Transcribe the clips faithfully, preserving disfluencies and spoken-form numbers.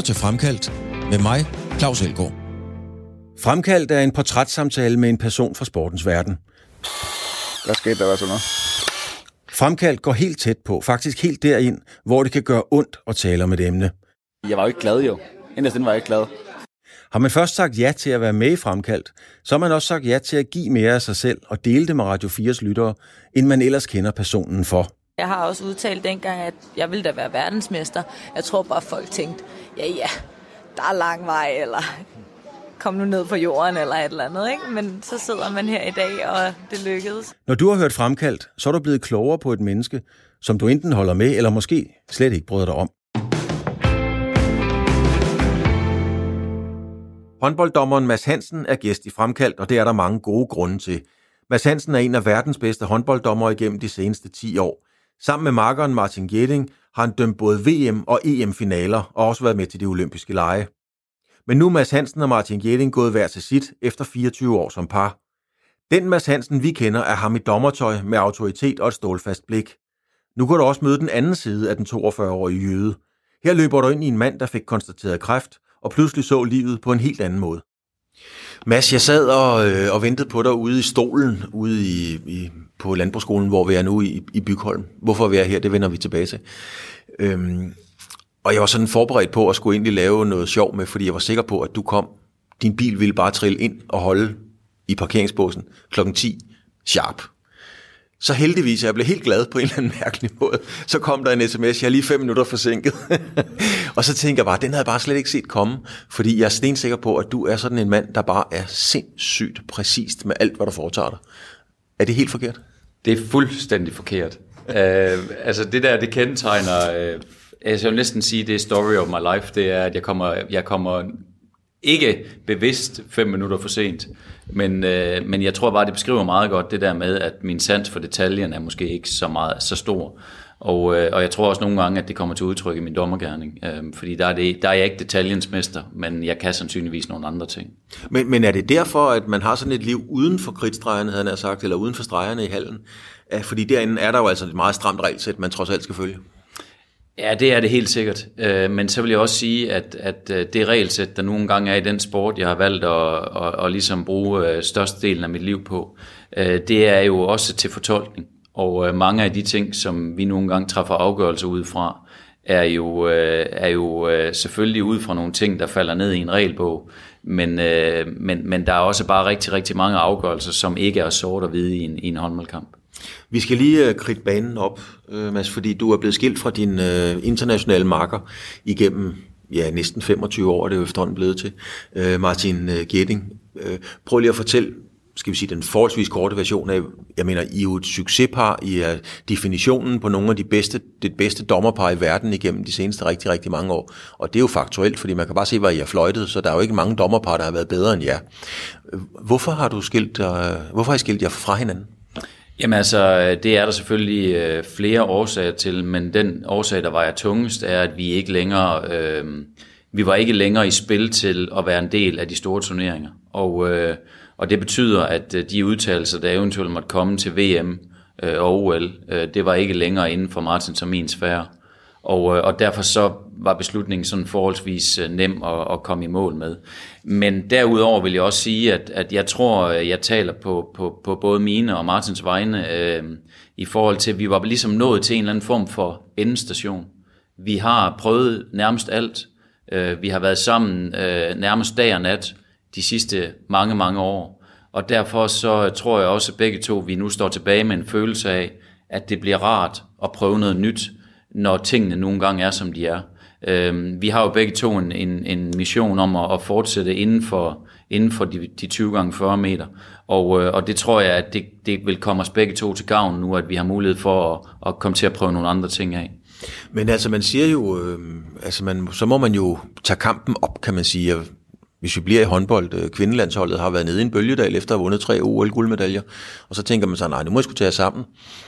til Fremkaldt med mig, Claus Elgaard. Fremkaldt er en portrætsamtale med en person fra sportens verden. Der skete der sådan noget. Fremkaldt går helt tæt på, faktisk helt derind, hvor det kan gøre ondt at tale om et emne. Jeg var jo ikke glad jo. Inderst var jeg ikke glad. Har man først sagt ja til at være med i Fremkaldt, så har man også sagt ja til at give mere af sig selv og dele det med Radio fires lyttere, end man ellers kender personen for. Jeg har også udtalt dengang, at jeg ville da være verdensmester. Jeg tror bare, folk tænkte, ja ja, der er lang vej, eller kom nu ned på jorden, eller et eller andet, ikke? Men så sidder man her i dag, og det lykkedes. Når du har hørt Fremkaldt, så er du blevet klogere på et menneske, som du enten holder med, eller måske slet ikke bryder dig om. Håndbolddommeren Mads Hansen er gæst i Fremkaldt, og det er der mange gode grunde til. Mads Hansen er en af verdens bedste håndbolddommere igennem de seneste ti år. Sammen med makkeren Martin Gedding har han dømt både V M- og E M-finaler og også været med til de olympiske lege. Men nu er Mads Hansen og Martin Gedding gået hver til sit efter fireogtyve år som par. Den Mads Hansen, vi kender, er ham i dommertøj med autoritet og et stålfast blik. Nu kan du også møde den anden side af den toogfyrre-årige jøde. Her løber du ind i en mand, der fik konstateret kræft, og pludselig så livet på en helt anden måde. Mads, jeg sad og, øh, og ventede på dig ude i stolen, ude i, i, på landbrugsskolen, hvor vi er nu i, i Bygholm. Hvorfor vi er her, det vender vi tilbage til. Øhm, og jeg var sådan forberedt på at skulle egentlig lave noget sjov med, fordi jeg var sikker på, at du kom. Din bil ville bare trille ind og holde i parkeringsbåsen klokken ti sharp. Så heldigvis, jeg blev helt glad på en eller anden mærkelig måde. Så kom der en sms, jeg er lige fem minutter forsinket. Og så tænkte jeg bare, den havde jeg bare slet ikke set komme. Fordi jeg er stensikker på, at du er sådan en mand, der bare er sindssygt præcist med alt, hvad du foretager dig. Er det helt forkert? Det er fuldstændig forkert. uh, altså det der, det kendetegner, uh, altså jeg vil næsten sige, det er story of my life, det er, at jeg kommer, jeg kommer ikke bevidst fem minutter for sent. Men, øh, men jeg tror bare, det beskriver meget godt det der med, at min sans for detaljen er måske ikke så meget så stor. Og, øh, og jeg tror også nogle gange, at det kommer til udtryk i min dommergerning. Øh, fordi der er, det, der er jeg ikke detaljens mester, men jeg kan sandsynligvis nogle andre ting. Men, men er det derfor, at man har sådan et liv uden for kridtstregerne, havde han sagt, eller uden for stregerne i hallen? Fordi derinde er der jo altså et meget stramt regelsæt, man trods alt skal følge. Ja, det er det helt sikkert. Men så vil jeg også sige, at, at det regelsæt, der nogle gange er i den sport, jeg har valgt at, at, at ligesom bruge størstedelen af mit liv på, det er jo også til fortolkning. Og mange af de ting, som vi nogle gange træffer afgørelser ud fra, er jo, er jo selvfølgelig ud fra nogle ting, der falder ned i en regelbog. Men, men, men der er også bare rigtig, rigtig mange afgørelser, som ikke er sort og hvide i en, i en håndboldkamp. Vi skal lige uh, kridte banen op, uh, Mads, fordi du er blevet skilt fra din uh, internationale makker igennem ja, næsten femogtyve år, det er jo efterhånden blevet til, uh, Martin uh, Gedding. Uh, prøv lige at fortælle, skal vi sige, den forholdsvis korte version af, jeg mener, I er jo et succespar, I er definitionen på nogle af de bedste, det bedste dommerpar i verden igennem de seneste rigtig, rigtig mange år. Og det er jo faktuelt, fordi man kan bare se, hvad I har fløjtet, så der er jo ikke mange dommerpar, der har været bedre end jer. Hvorfor har du skilt, uh, hvorfor har I skilt jer fra hinanden? Jamen altså, det er der selvfølgelig øh, flere årsager til, men den årsag, der vejer tungest, er, at vi ikke længere, øh, vi var ikke længere i spil til at være en del af de store turneringer. Og, øh, og det betyder, at de udtalelser, der eventuelt måtte komme til V M øh, og O L, øh, det var ikke længere inden for Martins og min sfære. Og, øh, og derfor så var beslutningen sådan forholdsvis øh, nem at, at komme i mål med. Men derudover vil jeg også sige, at, at jeg tror, jeg taler på, på, på både mine og Martins vegne øh, i forhold til, at vi var ligesom nået til en eller anden form for endestation. Vi har prøvet nærmest alt. Øh, vi har været sammen øh, nærmest dag og nat de sidste mange, mange år. Og derfor så tror jeg også, at begge to, vi nu står tilbage med en følelse af, at det bliver rart at prøve noget nyt, når tingene nogle gange er, som de er. Øh, vi har jo begge to en, en, en mission om at, at fortsætte inden for, inden for de, de tyve gange fyrre meter. Og, øh, og det tror jeg, at det, det vil komme os begge to til gavn nu, at vi har mulighed for at, at komme til at prøve nogle andre ting af. Men altså, man siger jo, øh, altså man, så må man jo tage kampen op, kan man sige. Hvis vi bliver i håndbold, kvindelandsholdet har været nede i en bølgedal efter at have vundet tre O L-guldmedaljer, og så tænker man så, nej, nu må jeg sgu tage jer sammen.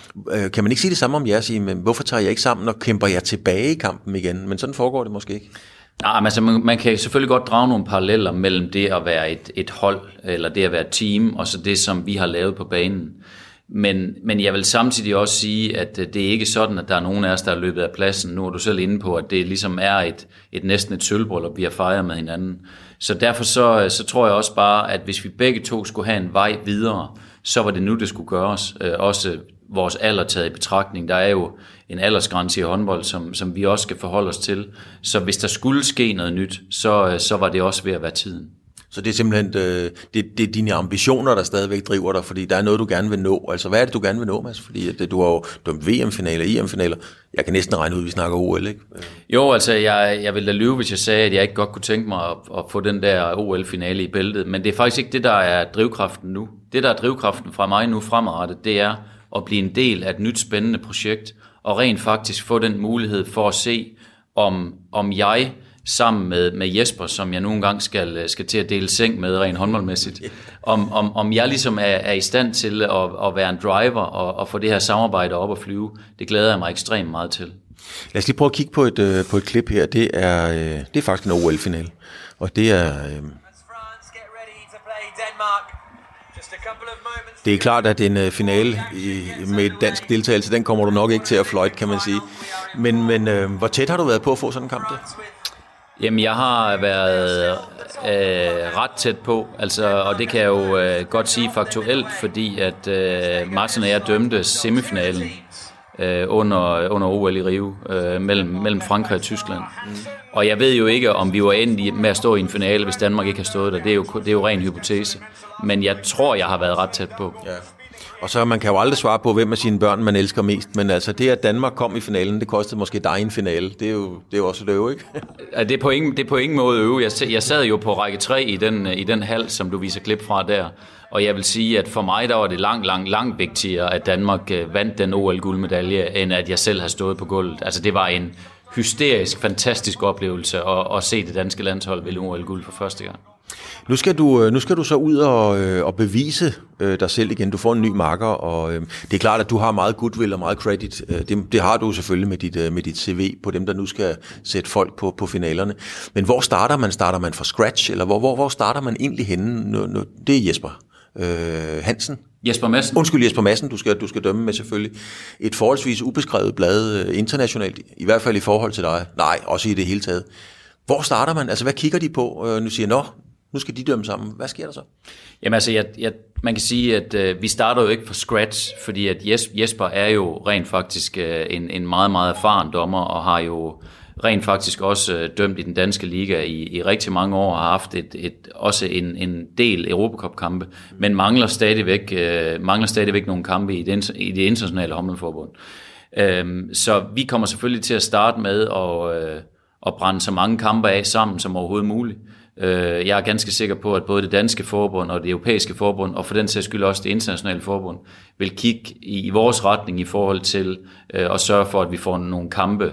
Kan man ikke sige det samme om jer, sige, men hvorfor tager jeg ikke sammen og kæmper jeg tilbage i kampen igen? Men sådan foregår det måske ikke. Nej, altså man, man kan selvfølgelig godt drage nogle paralleller mellem det at være et, et hold, eller det at være et team, og så det, som vi har lavet på banen. Men, men jeg vil samtidig også sige, at det er ikke sådan, at der er nogen af os, der er løbet af pladsen. Nu er du selv inde på, at det ligesom er et, et næsten et sølvbryllup, vi har fejret med hinanden. Så derfor så, så tror jeg også bare, at hvis vi begge to skulle have en vej videre, så var det nu, det skulle gøres. Også vores alder taget i betragtning. Der er jo en aldersgrænse i håndbold, som, som vi også skal forholde os til. Så hvis der skulle ske noget nyt, så, så var det også ved at være tiden. Så det er simpelthen øh, det, det er dine ambitioner, der stadigvæk driver dig, fordi der er noget, du gerne vil nå. Altså, hvad er det, du gerne vil nå, Mads? Fordi at, du har jo dømt V M-finaler, I M-finaler. Jeg kan næsten regne ud, at vi snakker O L, ikke? Jo, altså, jeg, jeg ville da lyve, hvis jeg sagde, at jeg ikke godt kunne tænke mig at, at få den der O L-finale i bæltet. Men det er faktisk ikke det, der er drivkraften nu. Det, der er drivkraften fra mig nu fremadrettet, det er at blive en del af et nyt spændende projekt, og rent faktisk få den mulighed for at se, om, om jeg sammen med, med Jesper, som jeg nogle gange skal, skal til at dele seng med rent håndboldmæssigt, om, om, om jeg ligesom er, er i stand til at, at være en driver og, og få det her samarbejde op at flyve. Det glæder jeg mig ekstremt meget til. Lad os lige prøve at kigge på et, på et klip her. Det er, det er faktisk en O L-finale, og det er... Det er klart, at en finale med et dansk deltagelse, den kommer du nok ikke til at fløjte, kan man sige. Men, men øh, hvor tæt har du været på at få sådan en kamp der? Jamen, jeg har været øh, ret tæt på, altså, og det kan jeg jo øh, godt sige faktuelt, fordi at øh, Martin og jeg dømte semifinalen øh, under, under O L i Rio øh, mellem, mellem Frankrig og Tyskland. Mm. Og jeg ved jo ikke, om vi var endt med at stå i en finale, hvis Danmark ikke har stået der. Det er jo, det er jo ren hypotese. Men jeg tror, jeg har været ret tæt på. Ja. Og så man kan jo aldrig svare på, hvem af sine børn man elsker mest, men altså det, at Danmark kom i finalen, det kostede måske dig en finale. Det er jo, det er jo også et øve, ikke? Det er på ingen, det er på ingen måde øve. Jeg, jeg sad jo på række tre i den, i den hal, som du viser klip fra der. Og jeg vil sige, at for mig der var det langt, langt, langt vigtigere, at Danmark vandt den O L-guldmedalje, end at jeg selv har stået på gulvet. Altså det var en hysterisk, fantastisk oplevelse at, at se det danske landshold vinde O L-guld for første gang. Nu skal du, nu skal du så ud og, og bevise øh, dig selv igen. Du får en ny makker, og øh, det er klart, at du har meget goodwill og meget credit. Det, det har du selvfølgelig med dit, med dit C V på dem, der nu skal sætte folk på, på finalerne. Men hvor starter man? Starter man fra scratch, eller hvor, hvor, hvor starter man egentlig henne? Nu, nu, det er Jesper øh, Hansen. Jesper Madsen. Undskyld, Jesper Madsen, du skal, du skal dømme med selvfølgelig. Et forholdsvis ubeskrevet blad internationalt, i hvert fald i forhold til dig. Nej, også i det hele taget. Hvor starter man? Altså, hvad kigger de på? Nu siger nå, nu skal de dømme sammen. Hvad sker der så? Jamen altså, jeg, jeg, man kan sige, at øh, vi starter jo ikke fra scratch, fordi at Jesper er jo rent faktisk øh, en, en meget, meget erfaren dommer, og har jo rent faktisk også øh, dømt i den danske liga i, i rigtig mange år, og har haft et, et, også en, en del Europacup-kampe, men mangler stadigvæk, øh, mangler stadigvæk nogle kampe i det, i det internationale håndboldforbund. Øhm, så vi kommer selvfølgelig til at starte med at, øh, at brænde så mange kampe af sammen som overhovedet muligt. Jeg er ganske sikker på, at både det danske forbund og det europæiske forbund, og for den sags skyld også det internationale forbund, vil kigge i vores retning i forhold til at sørge for, at vi får nogle kampe,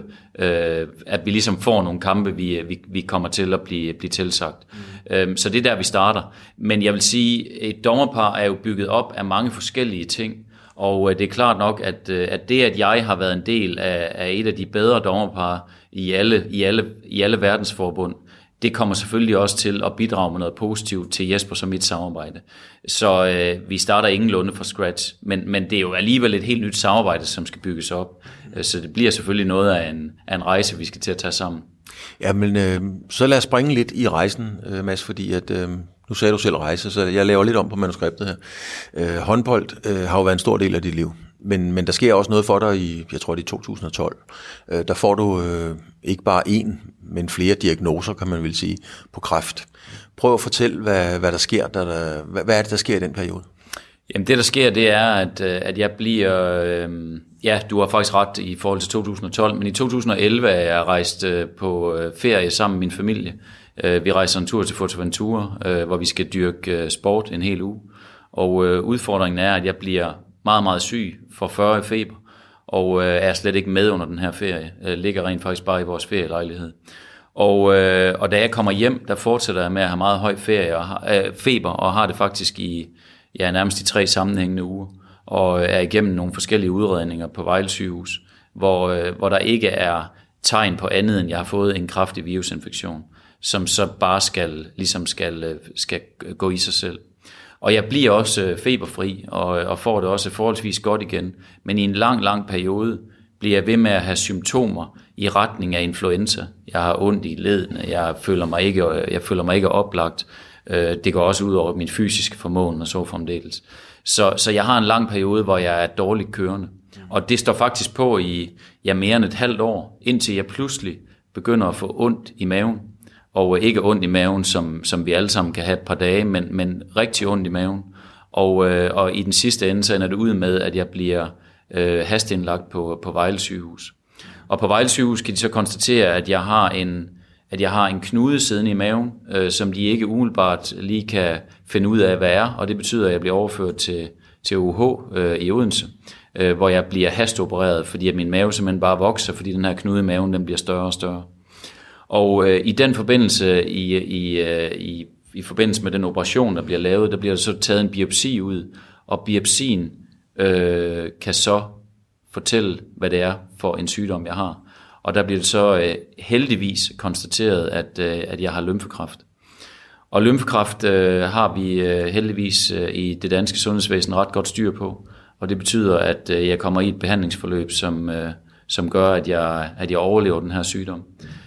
at vi ligesom får nogle kampe, vi, vi, vi kommer til at blive, blive tilsagt. Mm. Så det er der, vi starter. Men jeg vil sige, et dommerpar er jo bygget op af mange forskellige ting, og det er klart nok, at, at det, at jeg har været en del af, af et af de bedre dommerpar i alle, i alle, i alle verdensforbund, det kommer selvfølgelig også til at bidrage med noget positivt til Jesper som mit samarbejde. Så øh, vi starter ingenlunde fra scratch, men, men det er jo alligevel et helt nyt samarbejde, som skal bygges op. Så det bliver selvfølgelig noget af en, af en rejse, vi skal til at tage sammen. Ja, men øh, så lad os springe lidt i rejsen, øh, Mads, fordi at, øh, nu sagde du selv rejse, så jeg laver lidt om på manuskriptet her. Øh, håndbold øh, har jo været en stor del af dit liv. Men, men der sker også noget for dig i, jeg tror det er to tusind og tolv. Øh, der får du øh, ikke bare én, men flere diagnoser, kan man vel sige, på kræft. Prøv at fortælle, hvad, hvad der sker. Der, der, hvad, hvad er det, der sker i den periode? Jamen det, der sker, det er, at, at jeg bliver... Øh, ja, du har faktisk ret i forhold til to tusind og tolv, men i to tusind og elleve er jeg rejst øh, på ferie sammen med min familie. Øh, vi rejser en tur til Fuerteventura, øh, hvor vi skal dyrke øh, sport en hel uge. Og øh, udfordringen er, at jeg bliver meget, meget syg, for fyrre i feber, og øh, er slet ikke med under den her ferie. Jeg ligger rent faktisk bare i vores ferielejlighed. Og, øh, og da jeg kommer hjem, der fortsætter jeg med at have meget høj ferie og, øh, feber, og har det faktisk i ja, nærmest i tre sammenhængende uger, og er igennem nogle forskellige udredninger på Vejle sygehus, hvor, øh, hvor der ikke er tegn på andet, end jeg har fået en kraftig virusinfektion, som så bare skal, ligesom skal, skal gå i sig selv. Og jeg bliver også feberfri, og, og får det også forholdsvis godt igen. Men i en lang, lang periode bliver jeg ved med at have symptomer i retning af influenza. Jeg har ondt i ledene, jeg føler mig ikke, jeg føler mig ikke oplagt. Det går også ud over min fysiske formåen og så fremdeles. Så, så jeg har en lang periode, hvor jeg er dårligt kørende. Og det står faktisk på i ja, mere end et halvt år, indtil jeg pludselig begynder at få ondt i maven. Og ikke ondt i maven, som, som vi alle sammen kan have et par dage, men, men rigtig ondt i maven. Og, øh, og i den sidste ende, så ender det ud med, at jeg bliver øh, hasteindlagt på, på Vejle sygehus. Og på Vejle sygehus kan de så konstatere, at jeg har en, at jeg har en knude siddende i maven, øh, som de ikke umiddelbart lige kan finde ud af, hvad er. Og det betyder, at jeg bliver overført til, til U H øh, i Odense, øh, hvor jeg bliver hasteopereret, fordi at min mave simpelthen bare vokser, fordi den her knude i maven, den bliver større og større. Og øh, i den forbindelse, i, i, i, i forbindelse med den operation, der bliver lavet, der bliver der så taget en biopsi ud, og biopsien øh, kan så fortælle, hvad det er for en sygdom, jeg har. Og der bliver det så øh, heldigvis konstateret, at, øh, at jeg har lymfekræft. Og lymfekræft øh, har vi øh, heldigvis øh, i det danske sundhedsvæsen ret godt styr på, og det betyder, at øh, jeg kommer i et behandlingsforløb, som, øh, som gør, at jeg, at jeg overlever den her sygdom.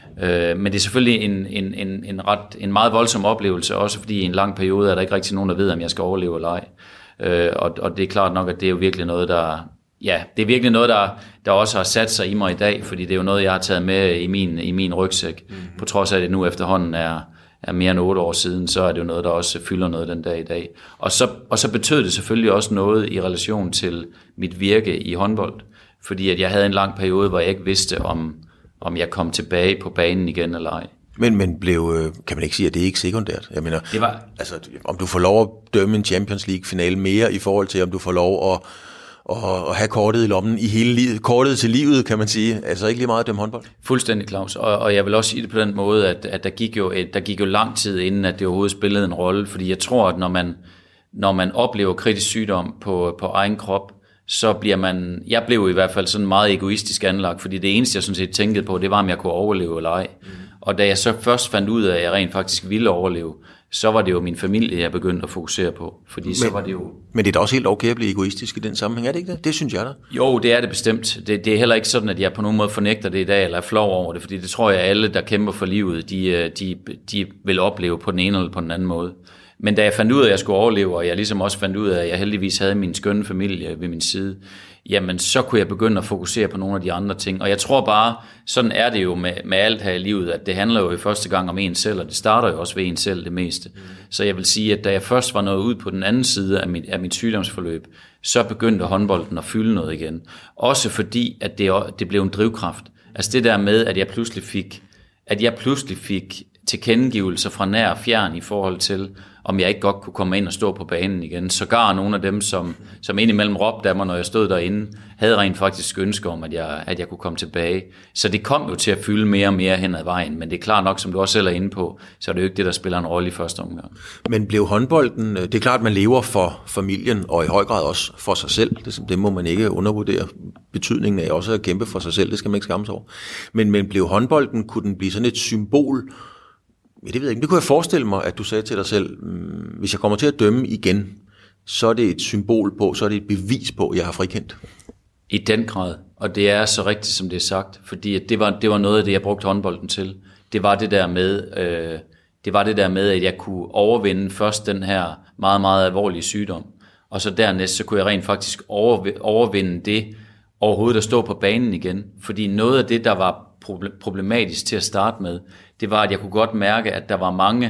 Men det er selvfølgelig en, en, en, en, ret, en meget voldsom oplevelse, også fordi i en lang periode er der ikke rigtig nogen, der ved, om jeg skal overleve eller ej. Og, og det er klart nok, at det er jo virkelig noget, der, ja, det er virkelig noget, der, der også har sat sig i mig i dag, fordi det er jo noget, jeg har taget med i min, i min rygsæk. Mm-hmm. På trods af, at det nu efterhånden er, er mere end otte år siden, så er det jo noget, der også fylder noget den dag i dag. Og så, og så betød det selvfølgelig også noget i relation til mit virke i håndbold, fordi at jeg havde en lang periode, hvor jeg ikke vidste, om om jeg kom tilbage på banen igen eller ej. Men, men blev, kan man ikke sige, at det er ikke sekundært? Jeg mener, det var, altså, om du får lov at dømme en Champions League-finale mere i forhold til, om du får lov at, at, at have kortet i lommen i hele livet, kortet til livet, kan man sige. Altså ikke lige meget at dømme håndbold? Fuldstændig, Claus. Og, og jeg vil også sige det på den måde, at, at der, gik jo et, der gik jo lang tid inden, at det overhovedet spillede en rolle. Fordi jeg tror, at når man, når man oplever kritisk sygdom på, på egen krop, så bliver man, jeg blev i hvert fald sådan meget egoistisk anlagt, fordi det eneste, jeg sådan set tænkte på, det var, om jeg kunne overleve eller ej. Mm. Og da jeg så først fandt ud af, at jeg rent faktisk ville overleve, så var det jo min familie, jeg begyndte at fokusere på. Fordi men, så var det jo... Men det er da også helt okay at blive egoistisk i den sammenhæng, er det ikke det? Det synes jeg da. Jo, det er det bestemt. Det, det er heller ikke sådan, at jeg på nogen måde fornægter det i dag, eller er flov over det, fordi det tror jeg, alle, der kæmper for livet, de, de, de vil opleve på den ene eller på den anden måde. Men da jeg fandt ud af, at jeg skulle overleve, og jeg ligesom også fandt ud af, at jeg heldigvis havde min skønne familie ved min side, jamen så kunne jeg begynde at fokusere på nogle af de andre ting. Og jeg tror bare, sådan er det jo med, med alt her i livet, at det handler jo i første gang om en selv, og det starter jo også ved en selv det meste. Mm. Så jeg vil sige, at da jeg først var nået ud på den anden side af mit, af mit sygdomsforløb, så begyndte håndbolden at fylde noget igen. Også fordi, at det, det blev en drivkraft. Altså det der med, at jeg pludselig fik, at jeg pludselig fik tilkendegivelser fra nær og fjern i forhold til, om jeg ikke godt kunne komme ind og stå på banen igen. Sågar nogle af dem, som, som indimellem råbte af mig, når jeg stod derinde, havde rent faktisk ønske om, at jeg, at jeg kunne komme tilbage. Så det kom jo til at fylde mere og mere hen ad vejen, men det er klart nok, som du også selv er inde på, så er det jo ikke det, der spiller en rolle i første omgang. Men blev håndbolden, det er klart, at man lever for familien, og i høj grad også for sig selv. Det, det må man ikke undervurdere betydningen af også at kæmpe for sig selv, det skal man ikke skamme sig over. Men, men blev håndbolden, kunne den blive sådan et symbol? Ja, det ved jeg ikke. Det kunne jeg forestille mig, at du sagde til dig selv, hvis jeg kommer til at dømme igen, så er det et symbol på, så er det et bevis på, at jeg har frikendt. I den grad, og det er så rigtigt, som det er sagt, fordi det var, det var noget af det, jeg brugte håndbolden til. Det var det der med, øh, det var det der med, at jeg kunne overvinde først den her meget, meget alvorlige sygdom, og så dernæst, så kunne jeg rent faktisk overvinde det, overhovedet at stå på banen igen. Fordi noget af det, der var problematisk til at starte med, det var, at jeg kunne godt mærke, at der var mange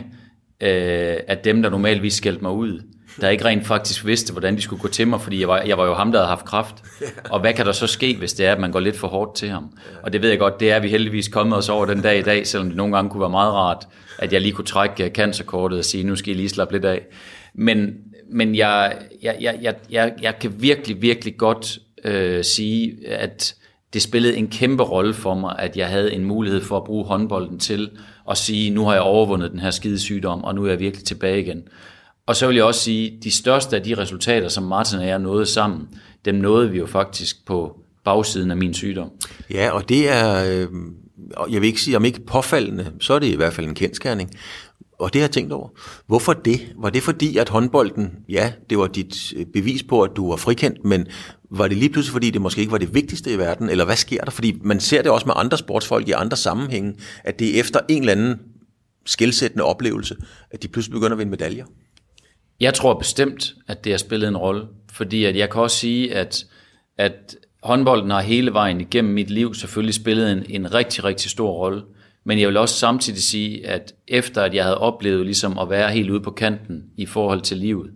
øh, af dem, der normalvis skældte mig ud, der ikke rent faktisk vidste, hvordan de skulle gå til mig, fordi jeg var, jeg var jo ham, der havde haft kræft. Og hvad kan der så ske, hvis det er, at man går lidt for hårdt til ham? Og det ved jeg godt, det er vi heldigvis kommet os over den dag i dag, selvom det nogle gange kunne være meget rart, at jeg lige kunne trække cancerkortet og sige, nu skal I lige slappe lidt af. Men, men jeg, jeg, jeg, jeg, jeg kan virkelig, virkelig godt øh, sige, at det spillede en kæmpe rolle for mig, at jeg havde en mulighed for at bruge håndbolden til at sige, nu har jeg overvundet den her skide sygdom, og nu er jeg virkelig tilbage igen. Og så vil jeg også sige, de største af de resultater, som Martin og jeg nåede sammen, dem nåede vi jo faktisk på bagsiden af min sygdom. Ja, og det er, øh, jeg vil ikke sige, om ikke påfaldende, så er det i hvert fald en kendsgerning. Og det har jeg tænkt over. Hvorfor det? Var det fordi, at håndbolden, ja, det var dit bevis på, at du var frikendt, men var det lige pludselig, fordi det måske ikke var det vigtigste i verden? Eller hvad sker der? Fordi man ser det også med andre sportsfolk i andre sammenhænge, at det er efter en eller anden skelsættende oplevelse, at de pludselig begynder at vinde medaljer. Jeg tror bestemt, at det har spillet en rolle, fordi at jeg kan også sige, at, at håndbolden har hele vejen igennem mit liv selvfølgelig spillet en, en rigtig, rigtig stor rolle. Men jeg vil også samtidig sige, at efter at jeg havde oplevet ligesom at være helt ude på kanten i forhold til livet,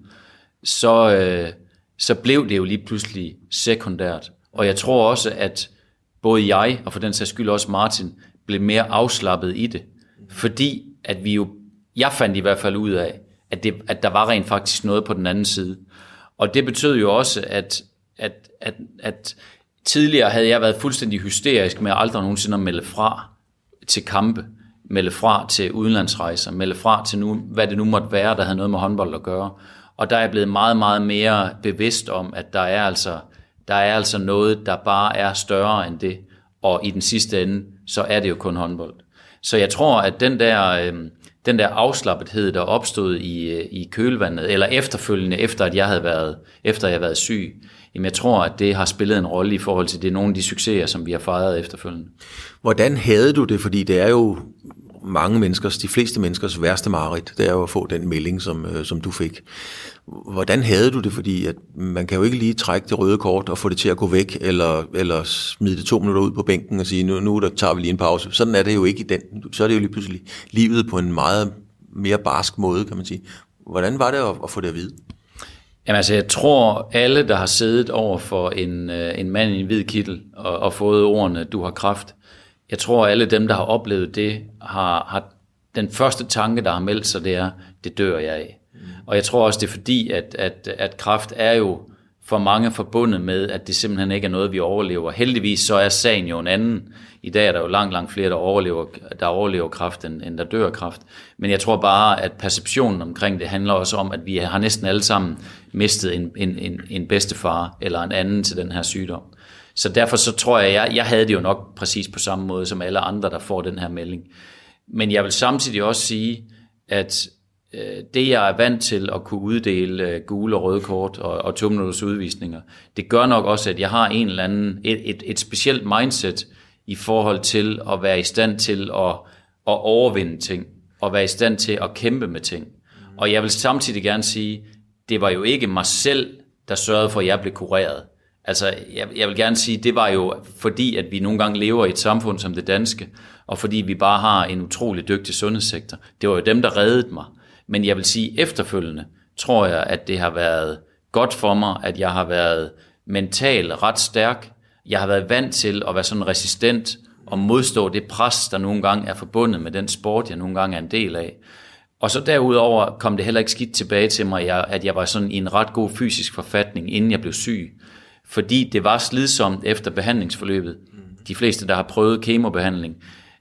så, øh, så blev det jo lige pludselig sekundært. Og jeg tror også, at både jeg og for den sags skyld også Martin blev mere afslappet i det. Fordi at vi jo, jeg fandt i hvert fald ud af, at, det, at der var rent faktisk noget på den anden side. Og det betød jo også, at, at, at, at tidligere havde jeg været fuldstændig hysterisk med aldrig nogensinde at melde fra til kampe, melde fra til udenlandsrejser, melde fra til nu, hvad det nu måtte være, der havde noget med håndbold at gøre. Og der er jeg blevet meget, meget mere bevidst om, at der er altså, der er altså noget, der bare er større end det. Og i den sidste ende, så er det jo kun håndbold. Så jeg tror, at den der, øh, den der afslappethed, der opstod i, i kølvandet, eller efterfølgende, efter at jeg havde været, efter jeg havde været syg, jamen jeg tror, at det har spillet en rolle i forhold til det, nogle af de succeser, som vi har fejret efterfølgende. Hvordan havde du det? Fordi det er jo mange menneskers, de fleste menneskers værste mareridt, det er jo at få den melding, som, øh, som du fik. Hvordan havde du det? Fordi at man kan jo ikke lige trække det røde kort og få det til at gå væk, eller, eller smide det to minutter ud på bænken og sige, nu, nu der tager vi lige en pause. Sådan er det jo ikke i den. Så er det jo lige pludselig livet på en meget mere barsk måde, kan man sige. Hvordan var det at, at få det at vide? Jamen altså, jeg tror, alle, der har siddet over for en, en mand i en hvid kittel og, og fået ordene, du har kræft, jeg tror, alle dem, der har oplevet det, har, har den første tanke, der har meldt sig, det er, det dør jeg af. Mm. Og jeg tror også, det er fordi, at, at, at kræft er jo for mange forbundet med, at det simpelthen ikke er noget, vi overlever. Heldigvis så er sagen jo en anden. I dag er der jo langt, langt flere, der overlever, der overlever kræft, end, end der dør kræft. Men jeg tror bare, at perceptionen omkring det handler også om, at vi har næsten alle sammen mistet en, en, en, en bedstefar eller en anden til den her sygdom. Så derfor så tror jeg, jeg, jeg havde det jo nok præcis på samme måde som alle andre, der får den her melding. Men jeg vil samtidig også sige, at øh, det jeg er vant til at kunne uddele øh, gule og røde kort og, og to minutters udvisninger, det gør nok også, at jeg har en eller anden, et, et, et specielt mindset i forhold til at være i stand til at, at overvinde ting, og være i stand til at kæmpe med ting. Og jeg vil samtidig gerne sige, det var jo ikke mig selv, der sørgede for, at jeg blev kureret. Altså, jeg, jeg vil gerne sige, det var jo fordi, at vi nogle gange lever i et samfund som det danske, og fordi vi bare har en utrolig dygtig sundhedssektor. Det var jo dem, der reddede mig. Men jeg vil sige, efterfølgende tror jeg, at det har været godt for mig, at jeg har været mentalt ret stærk. Jeg har været vant til at være sådan resistent og modstå det pres, der nogle gange er forbundet med den sport, jeg nogle gange er en del af. Og så derudover kom det heller ikke skidt tilbage til mig, at jeg var sådan i en ret god fysisk forfatning, inden jeg blev syg. Fordi det var slidsomt efter behandlingsforløbet. De fleste, der har prøvet kemobehandling,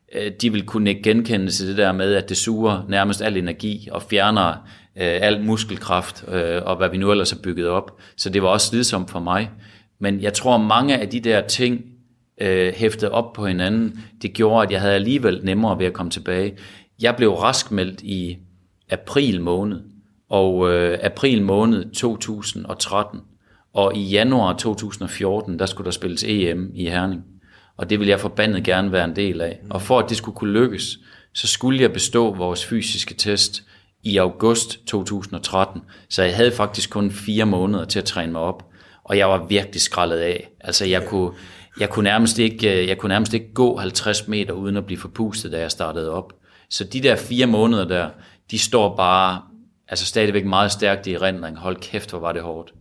de vil kunne ikke genkende til det der med, at det suger nærmest al energi og fjerner øh, al muskelkraft øh, og hvad vi nu ellers har bygget op. Så det var også slidsomt for mig. Men jeg tror, mange af de der ting øh, hæftede op på hinanden, det gjorde, at jeg havde alligevel nemmere ved at komme tilbage. Jeg blev raskmeldt i april måned, og øh, april måned to tusind og tretten. Og i januar to tusind og fjorten, der skulle der spilles E M i Herning. Og det ville jeg forbandet gerne være en del af. Og for at det skulle kunne lykkes, så skulle jeg bestå vores fysiske test i august to tusind og tretten. Så jeg havde faktisk kun fire måneder til at træne mig op. Og jeg var virkelig skrællet af. Altså jeg kunne, jeg kunne, nærmest, ikke, jeg kunne nærmest ikke gå halvtreds meter uden at blive forpustet, da jeg startede op. Så de der fire måneder der, de står bare altså stadigvæk meget stærkt i erindring. Hold kæft, hvor var det hårdt.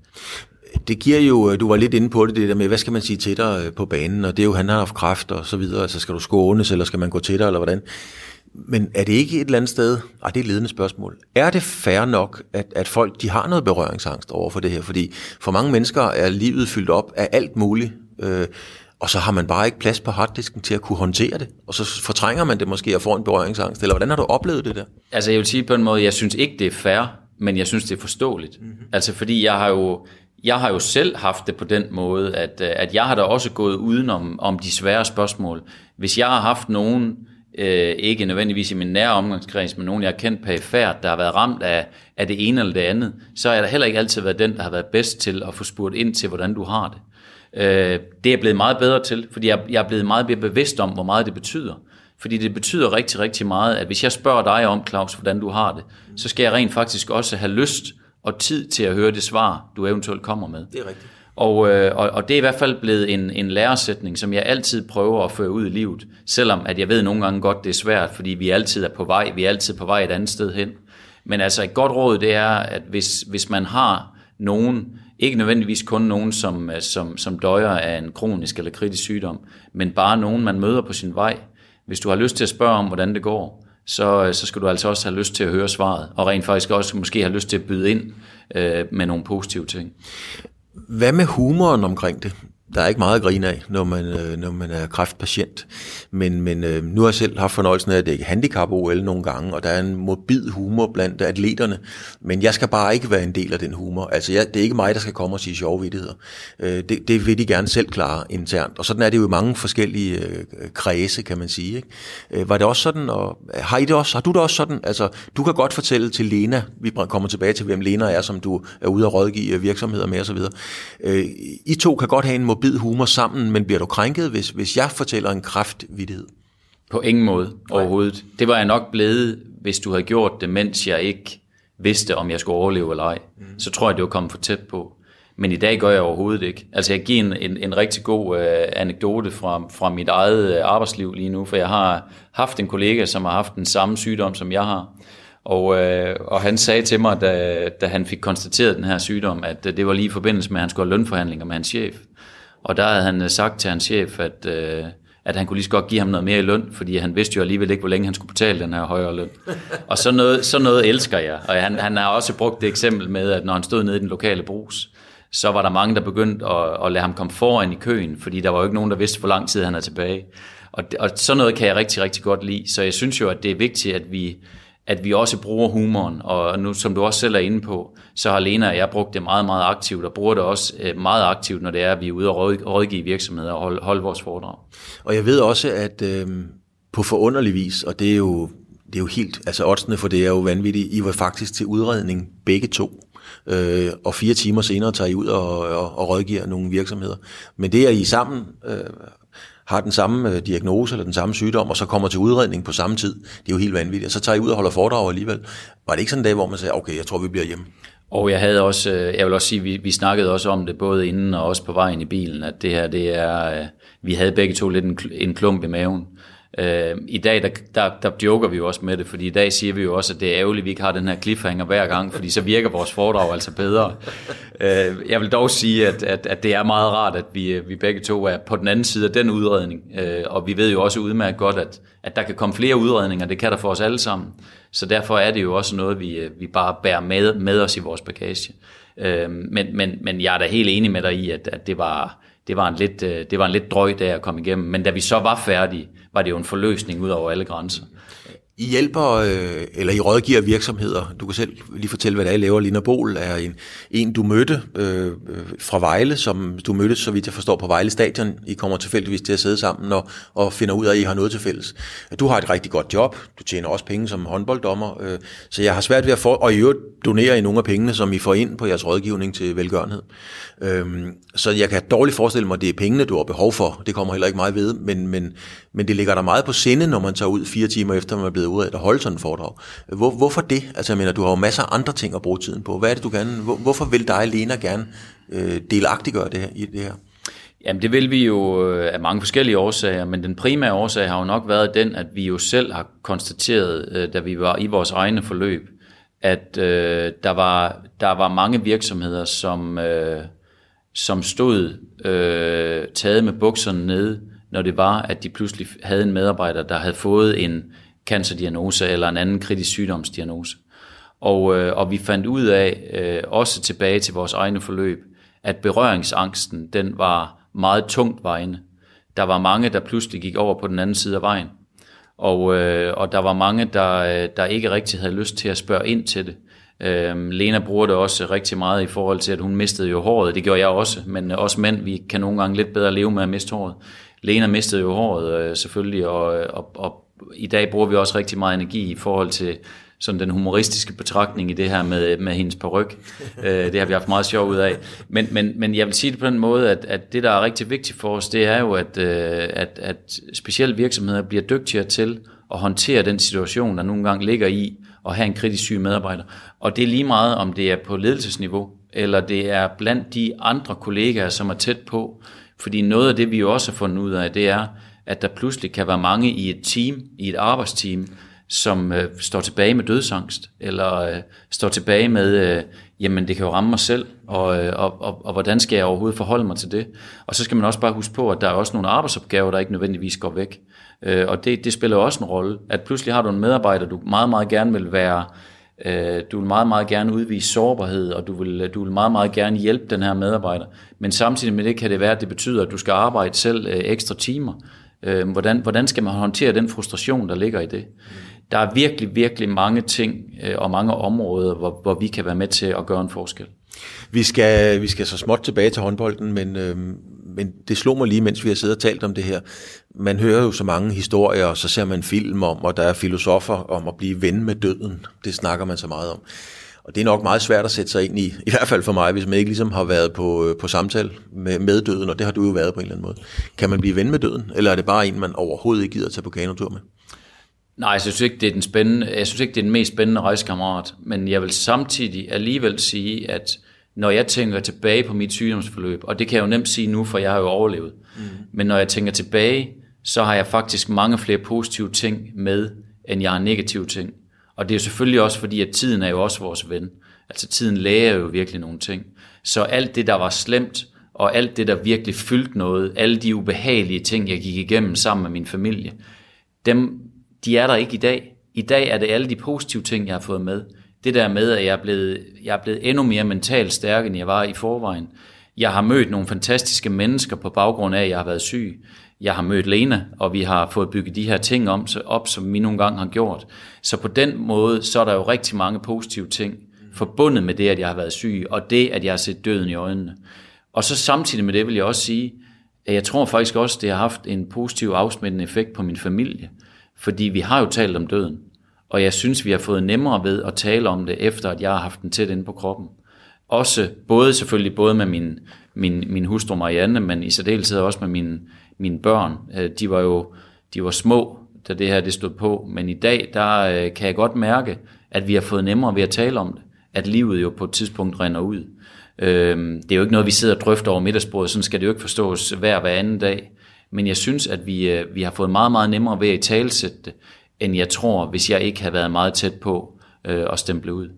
Det giver jo, du var lidt inde på det, det der med, hvad skal man sige til dig på banen, og det er jo, han har haft kræft og så videre, altså skal du skånes, eller skal man gå til dig, eller hvordan? Men er det ikke et eller andet sted, ej, det er et ledende spørgsmål, er det fair nok, at, at folk, de har noget berøringsangst over for det her, fordi for mange mennesker er livet fyldt op af alt muligt, øh, og så har man bare ikke plads på harddisken til at kunne håndtere det, og så fortrænger man det måske og får en berøringsangst, eller hvordan har du oplevet det der? Altså jeg vil sige på en måde, jeg synes ikke, det er fair, men jeg synes, det er forståeligt. Mm-hmm. Altså fordi jeg har jo Jeg har jo selv haft det på den måde, at, at jeg har da også gået udenom om de svære spørgsmål. Hvis jeg har haft nogen øh, ikke nødvendigvis i min nære omgangskreds, men nogen, jeg har kendt perifært, der har været ramt af, af det ene eller det andet, så er der heller ikke altid været den, der har været bedst til at få spurgt ind til, hvordan du har det. Øh, det er jeg blevet meget bedre til, fordi jeg, jeg er blevet meget mere bevidst om, hvor meget det betyder. Fordi det betyder rigtig, rigtig meget, at hvis jeg spørger dig om, Claus, hvordan du har det, så skal jeg rent faktisk også have lyst og tid til at høre det svar, du eventuelt kommer med. Det er rigtigt. Og, øh, og, og det er i hvert fald blevet en, en læresætning, som jeg altid prøver at føre ud i livet, selvom at jeg ved nogle gange godt, det er svært, fordi vi altid er på vej, vi er altid på vej et andet sted hen. Men altså et godt råd, det er, at hvis, hvis man har nogen, ikke nødvendigvis kun nogen, som, som, som døjer af en kronisk eller kritisk sygdom, men bare nogen, man møder på sin vej. Hvis du har lyst til at spørge om, hvordan det går, så, så skal du altså også have lyst til at høre svaret, og rent faktisk også måske have lyst til at byde ind øh, med nogle positive ting. Hvad med humoren omkring det? Der er ikke meget at grine af, når man, når man er kræftpatient. Men, men nu har jeg selv haft fornøjelsen af at dække handicap-O L nogle gange, og der er en morbid humor blandt atleterne. Men jeg skal bare ikke være en del af den humor. Altså, jeg, det er ikke mig, der skal komme og sige sjove vittigheder. Det, det vil de gerne selv klare internt. Og sådan er det jo i mange forskellige kredse, kan man sige. Ikke? Var det også sådan, og har, I det også, har du det også sådan? Altså, du kan godt fortælle til Lena, vi kommer tilbage til, hvem Lena er, som du er ude at rådgive virksomheder med osv. I to kan godt have en morbid humor sammen, men bliver du krænket, hvis, hvis jeg fortæller en kræftvittighed? På ingen måde overhovedet. Det var jeg nok blevet, hvis du havde gjort det, mens jeg ikke vidste, om jeg skulle overleve eller ej. Mm. Så tror jeg, det var kommet for tæt på. Men i dag gør jeg overhovedet ikke. Altså jeg giver en, en, en rigtig god øh, anekdote fra, fra mit eget øh, arbejdsliv lige nu, for jeg har haft en kollega, som har haft den samme sygdom, som jeg har. Og, øh, og han sagde til mig, da, da han fik konstateret den her sygdom, at det var lige i forbindelse med, at han skulle have lønforhandlinger med hans chef. Og der havde han sagt til hans chef, at, øh, at han kunne lige så godt give ham noget mere i løn, fordi han vidste jo alligevel ikke, hvor længe han skulle betale den her højere løn. Og så noget, så noget elsker jeg. Og han, han har også brugt det eksempel med, at når han stod nede i den lokale brus, så var der mange, der begyndte at, at lade ham komme foran i køen, fordi der var jo ikke nogen, der vidste, hvor lang tid han er tilbage. Og, og sådan noget kan jeg rigtig, rigtig godt lide. Så jeg synes jo, at det er vigtigt, at vi... at vi også bruger humoren, og nu som du også selv er inde på, så har Lena og jeg brugt det meget, meget aktivt, og bruger det også meget aktivt, når det er, at vi er ude og rådgive virksomheder og holde, holde vores foredrag. Og jeg ved også, at øh, på forunderlig vis, og det er jo, det er jo helt, altså oddsene for det er jo vanvittigt, I var faktisk til udredning begge to, øh, og fire timer senere tager I ud og, og, og rådgiver nogle virksomheder. Men det er I sammen... Øh, har den samme diagnose eller den samme sygdom, og så kommer til udredning på samme tid. Det er jo helt vanvittigt. Og så tager I ud og holder foredrag alligevel. Var det ikke sådan en dag, hvor man sagde, okay, jeg tror, vi bliver hjemme? Og jeg havde også, jeg vil også sige, vi, vi snakkede også om det, både inden og også på vejen i bilen, at det her, det er, vi havde begge to lidt en, en klump i maven. Øh, I dag, der, der, der joker vi jo også med det, fordi i dag siger vi jo også, at det er ærgerligt, at vi ikke har den her cliffhanger hver gang, fordi så virker vores foredrag altså bedre. Øh, jeg vil dog sige, at, at, at det er meget rart, at vi, vi begge to er på den anden side af den udredning, øh, og vi ved jo også udmærket godt, at, at der kan komme flere udredninger, det kan der for os alle sammen, så derfor er det jo også noget, vi, vi bare bærer med, med os i vores bagage. Øh, men, men, men jeg er da helt enig med dig i, at, at det var... Det var, en lidt, det var en lidt drøj dag at komme igennem, men da vi så var færdige, var det jo en forløsning ud over alle grænser. I hjælper, øh, eller I rådgiver virksomheder. Du kan selv lige fortælle, hvad det er, I laver. Lina Bohl er en, en du mødte øh, fra Vejle, som du mødte, så vidt jeg forstår, på Vejle Stadion. I kommer tilfældigvis til at sidde sammen og, og finder ud af, at I har noget til fælles. Du har et rigtig godt job. Du tjener også penge som håndbolddommer. Øh, så jeg har svært ved at få, og i øvrigt donere I nogle af pengene, som I får ind på jeres rådgivning til velgørenhed. Øh, så jeg kan dårligt forestille mig, at det er pengene, du har behov for. Det kommer heller ikke meget ved, men, men, men det ligger der meget på sinde, når man tager ud fire timer efter, man er blevet ud af at holde sådan en foredrag. Hvor, hvorfor det? Altså jeg mener, du har jo masser af andre ting at bruge tiden på. Hvad er det, du gerne... Hvor, hvorfor vil dig, Lena, gerne øh, delagtiggøre det her, i det her? Jamen det vil vi jo af mange forskellige årsager, men den primære årsag har jo nok været den, at vi jo selv har konstateret, da vi var i vores egne forløb, at øh, der, var, der var mange virksomheder, som, øh, som stod øh, taget med bukserne nede, når det var, at de pludselig havde en medarbejder, der havde fået en cancerdiagnose eller en anden kritisk sygdomsdiagnose. Og, øh, og vi fandt ud af, øh, også tilbage til vores egne forløb, at berøringsangsten, den var meget tungt vejende. Der var mange, der pludselig gik over på den anden side af vejen. Og, øh, og der var mange, der, der ikke rigtig havde lyst til at spørge ind til det. Øh, Lena bruger det også rigtig meget i forhold til, at hun mistede jo håret. Det gjorde jeg også, men også mænd, vi kan nogle gange lidt bedre leve med at miste håret. Lena mistede jo håret øh, selvfølgelig, og, og, og i dag bruger vi også rigtig meget energi i forhold til sådan den humoristiske betragtning i det her med, med hendes paryk. Det har vi haft meget sjov ud af. Men, men, men jeg vil sige det på den måde, at, at det, der er rigtig vigtigt for os, det er jo, at, at, at specielle virksomheder bliver dygtigere til at håndtere den situation, der nogle gange ligger i at have en kritisk syg medarbejder. Og det er lige meget, om det er på ledelsesniveau, eller det er blandt de andre kollegaer, som er tæt på. Fordi noget af det, vi jo også har fundet ud af, det er, at der pludselig kan være mange i et team, i et arbejdsteam, som øh, står tilbage med dødsangst, eller øh, står tilbage med, øh, jamen det kan jo ramme mig selv, og, øh, og, og, og hvordan skal jeg overhovedet forholde mig til det? Og så skal man også bare huske på, at der er også nogle arbejdsopgaver, der ikke nødvendigvis går væk. Øh, og det, det spiller jo også en rolle, at pludselig har du en medarbejder, du meget, meget gerne vil være, øh, du vil meget, meget gerne udvise sårbarhed, og du vil, du vil meget, meget gerne hjælpe den her medarbejder. Men samtidig med det kan det være, at det betyder, at du skal arbejde selv øh, ekstra timer. Øh, hvordan, hvordan skal man håndtere den frustration, der ligger i det? Der er virkelig, virkelig mange ting øh, og mange områder, hvor, hvor vi kan være med til at gøre en forskel. Vi skal, vi skal så småt tilbage til håndbolden, men, øh, men det slog mig lige, mens vi har siddet og talt om det her. Man hører jo så mange historier, og så ser man film om, og der er filosofer om at blive ven med døden. Det snakker man så meget om. Og det er nok meget svært at sætte sig ind i, i hvert fald for mig, hvis man ikke ligesom har været på, på samtale med, med døden, og det har du jo været på en eller anden måde. Kan man blive ven med døden, eller er det bare en, man overhovedet ikke gider at tage på kanotur med? Nej, jeg synes ikke, det er den spændende, jeg synes ikke, det er den mest spændende rejsekammerat, men jeg vil samtidig alligevel sige, at når jeg tænker tilbage på mit sygdomsforløb, og det kan jeg jo nemt sige nu, for jeg har jo overlevet, mm. men når jeg tænker tilbage, så har jeg faktisk mange flere positive ting med, end jeg har negative ting. Og det er jo selvfølgelig også fordi, at tiden er jo også vores ven. Altså tiden lærer jo virkelig nogle ting. Så alt det, der var slemt, og alt det, der virkelig fyldte noget, alle de ubehagelige ting, jeg gik igennem sammen med min familie, dem, de er der ikke i dag. I dag er det alle de positive ting, jeg har fået med. Det der med, at jeg er blevet, jeg er blevet endnu mere mentalt stærk, end jeg var i forvejen. Jeg har mødt nogle fantastiske mennesker på baggrund af, at jeg har været syg. Jeg har mødt Lena, og vi har fået bygget de her ting om, så op, som vi nogle gange har gjort. Så på den måde, så er der jo rigtig mange positive ting forbundet med det, at jeg har været syg, og det, at jeg har set døden i øjnene. Og så samtidig med det vil jeg også sige, at jeg tror faktisk også, at det har haft en positiv afsmittende effekt på min familie. Fordi vi har jo talt om døden, og jeg synes, vi har fået nemmere ved at tale om det, efter at jeg har haft den tæt inde på kroppen. Også både selvfølgelig både med min, min, min hustru Marianne, men i særdeleshed også med mine, mine børn. De var jo de var små, da det her det stod på, men i dag der kan jeg godt mærke, at vi har fået nemmere ved at tale om det, at livet jo på et tidspunkt render ud. Det er jo ikke noget, vi sidder og drøfter over middagsbordet, sådan skal det jo ikke forstås hver hver anden dag. Men jeg synes, at vi, vi har fået meget, meget nemmere ved at italesætte det, end jeg tror, hvis jeg ikke havde været meget tæt på øh, at stemple ud.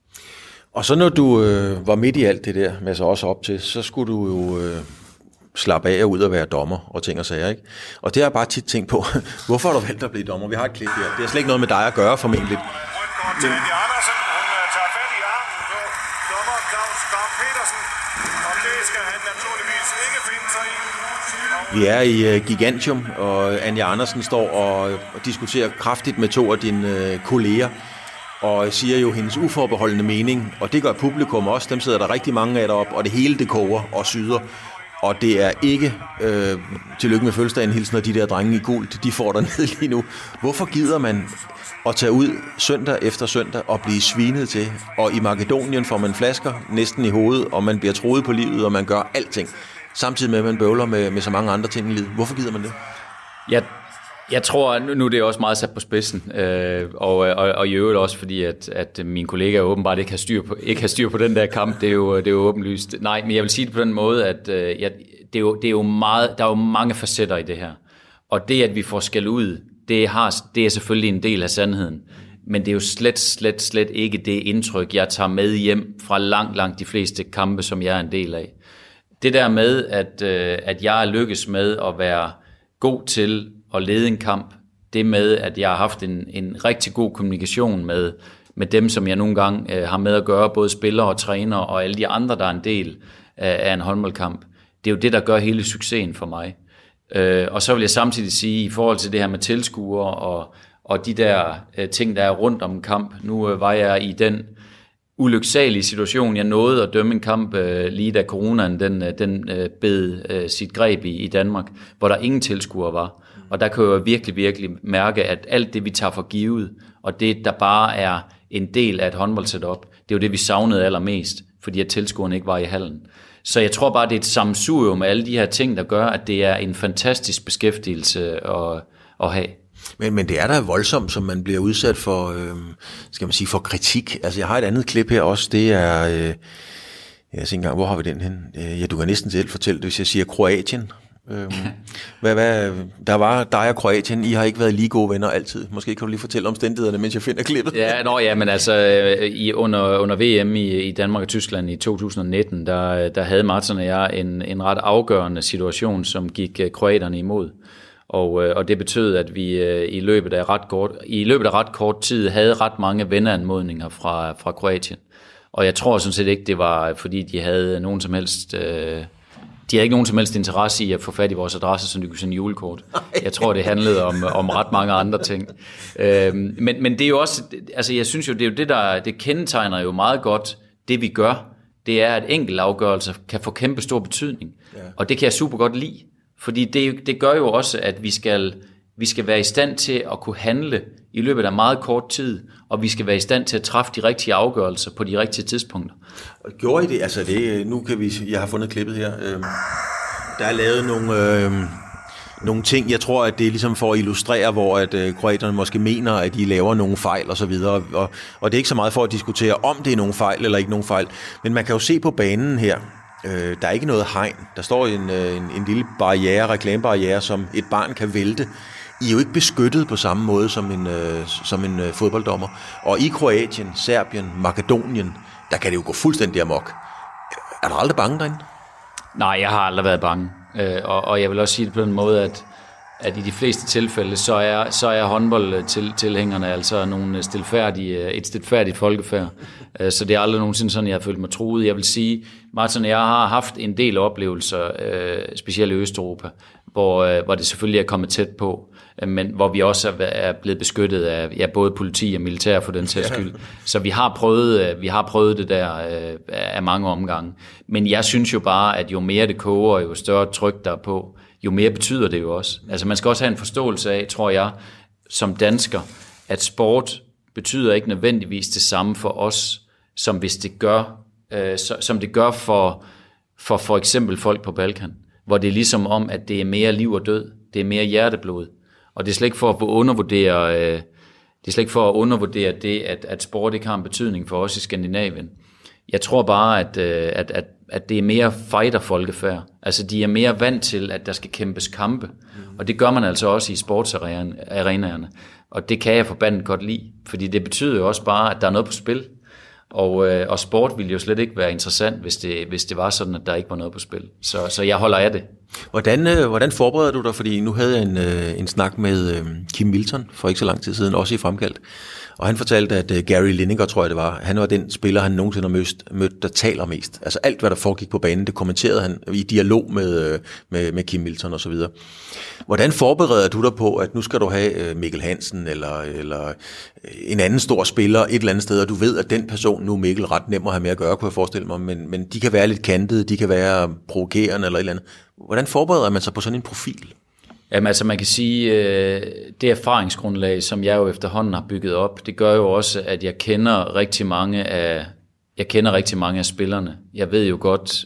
Og så når du øh, var midt i alt det der, med så også op til, så skulle du jo øh, slappe af og ud og være dommer og ting og sager, ikke? Og det har jeg bare tit tænkt på. Hvorfor har du valgt at blive dommer? Vi har et klip her. Det har slet ikke noget med dig at gøre, formentlig. Men vi er i uh, Gigantium, og Anja Andersen står og, og diskuterer kraftigt med to af dine uh, kolleger, og siger jo hendes uforbeholdende mening, og det gør publikum også. Dem sidder der rigtig mange af deroppe, og det hele det koger og syder. Og det er ikke øh, tillykke med fødselsdagen hilsen, når de der drenge i gult, de får dernede lige nu. Hvorfor gider man at tage ud søndag efter søndag og blive svinet til? Og i Makedonien får man flasker næsten i hovedet, og man bliver troet på livet, og man gør alting. Samtidig med, at man bøvler med, med så mange andre ting i livet. Hvorfor gider man det? Jeg, jeg tror, nu er det også meget sat på spidsen, øh, og, og, og i øvrigt også fordi, at, at mine kollegaer åbenbart ikke har styr på, ikke har styr på den der kamp. Det er jo, det er jo åbenlyst. Nej, men jeg vil sige det på den måde, at øh, jeg, det, er jo, det er jo meget, der er jo mange facetter i det her. Og det, at vi får skæld ud, det, har, det er selvfølgelig en del af sandheden. Men det er jo slet, slet, slet ikke det indtryk, jeg tager med hjem fra langt, langt de fleste kampe, som jeg er en del af. Det der med, at, øh, at jeg er lykkes med at være god til at lede en kamp, det med, at jeg har haft en, en rigtig god kommunikation med, med dem, som jeg nogle gange øh, har med at gøre, både spillere og trænere og alle de andre, der er en del af, af en håndboldkamp, det er jo det, der gør hele succesen for mig. Øh, og så vil jeg samtidig sige, i forhold til det her med tilskuere og, og de der øh, ting, der er rundt om en kamp, nu øh, var jeg i den ulyksalige situation. Jeg nåede at dømme en kamp øh, lige da coronaen den, den øh, bed øh, sit greb i, i Danmark, hvor der ingen tilskuere var. Og der kan jeg virkelig, virkelig mærke, at alt det, vi tager for givet, og det, der bare er en del af et håndboldsetup, det er jo det, vi savnede allermest, fordi at tilskuerne ikke var i hallen. Så jeg tror bare, det er et sammensurium med alle de her ting, der gør, at det er en fantastisk beskæftigelse at, at have. Men, men det er da voldsomt, som man bliver udsat for, øh, skal man sige, for kritik. Altså, jeg har et andet klip her også, det er, øh, jeg ser engang, hvor har vi den hen? Ja, du kan næsten selv fortælle det, hvis jeg siger Kroatien. Øhm, hvad, hvad, der var dig og Kroatien, I har ikke været lige gode venner altid. Måske kan du lige fortælle omstændighederne, mens jeg finder klippet. Ja, nå, ja men altså i, under, under V M i, i Danmark og Tyskland i to tusind nitten, der, der havde Martin og jeg en, en ret afgørende situation, som gik kroaterne imod. Og, og det betød, at vi i løbet af ret kort, i løbet af ret kort tid havde ret mange venneanmodninger fra, fra Kroatien. Og jeg tror sådan set ikke, det var fordi de havde nogen som helst... Øh, De havde ikke nogen som helst interesse i at få fat i vores adresse, så de kunne sende julekort. Jeg tror, det handlede om, om ret mange andre ting. Øhm, men, men det er jo også, altså jeg synes jo, det er jo det, der det kendetegner jo meget godt, det vi gør, det er, at enkeltafgørelser kan få kæmpe stor betydning. Ja. Og det kan jeg super godt lide, fordi det, det gør jo også, at vi skal, vi skal være i stand til at kunne handle i løbet af meget kort tid, og vi skal være i stand til at træffe de rigtige afgørelser på de rigtige tidspunkter. Og gjorde I det? Altså det, nu kan vi, jeg har fundet klippet her. Øhm, der er lavet nogle, øhm, nogle ting, jeg tror, at det er ligesom for at illustrere, hvor at øh, kroaterne måske mener, at de laver nogle fejl og så videre. Og, og det er ikke så meget for at diskutere, om det er nogle fejl eller ikke nogle fejl. Men man kan jo se på banen her, øh, der er ikke noget hegn. Der står en, en, en lille barriere, reklamebarriere, som et barn kan vælte. I er jo ikke beskyttet på samme måde som en, øh, som en øh, fodbolddommer. Og i Kroatien, Serbien, Makedonien, der kan det jo gå fuldstændig amok. Er du aldrig bange derinde? Nej, jeg har aldrig været bange. Øh, og, og jeg vil også sige det på den måde, at, at i de fleste tilfælde, så er, så er håndboldtilhængerne altså nogle stilfærdige, et stilfærdigt folkefærd. Øh, så det er aldrig nogensinde sådan, jeg har følt mig truet. Jeg vil sige, Martin, jeg har haft en del oplevelser, øh, specielt i Østeuropa, hvor, øh, hvor det selvfølgelig er kommet tæt på, men hvor vi også er blevet beskyttet af ja, både politi og militær for den sags skyld. Så vi har prøvet, vi har prøvet det der øh, af mange omgange. Men jeg synes jo bare, at jo mere det koger, jo større tryk der er på, jo mere betyder det jo også. Altså man skal også have en forståelse af, tror jeg, som dansker, at sport betyder ikke nødvendigvis det samme for os, som hvis det gør, øh, som det gør for, for for eksempel folk på Balkan, hvor det er ligesom om, at det er mere liv og død, det er mere hjerteblod. Og det er slet ikke for at undervurdere, øh, det er slet ikke for at undervurdere det, at, at sport ikke har en betydning for os i Skandinavien. Jeg tror bare, at, øh, at, at, at det er mere fighter-folkefærd. Altså, de er mere vant til, at der skal kæmpes kampe. Mm. Og det gør man altså også i sportsarenaerne. Og det kan jeg forbandet godt lide, fordi det betyder jo også bare, at der er noget på spil. Og, øh, og sport ville jo slet ikke være interessant, hvis det, hvis det var sådan, at der ikke var noget på spil. Så, så jeg holder af det. Hvordan, øh, hvordan forbereder du dig? Fordi nu havde jeg en, øh, en snak med øh, Kim Milton for ikke så lang tid siden, også i Fremkaldt. Og han fortalte, at øh, Gary Lineker, tror jeg det var, han var den spiller, han nogensinde har mødt, mødt, der taler mest. Altså alt, hvad der foregik på banen, det kommenterede han i dialog med, øh, med, med Kim Milton og så videre. Hvordan forbereder du dig på, at nu skal du have øh, Mikkel Hansen eller, eller en anden stor spiller et eller andet sted, og du ved, at den person, nu er Mikkel ret nem at have med at gøre, kunne jeg forestille mig, men, men de kan være lidt kantede, de kan være provokerende eller et eller andet. Hvordan forbereder man sig på sådan en profil? Jamen altså man kan sige, det erfaringsgrundlag, som jeg jo efterhånden har bygget op, det gør jo også, at jeg kender rigtig mange af, jeg kender rigtig mange af spillerne. Jeg ved jo godt,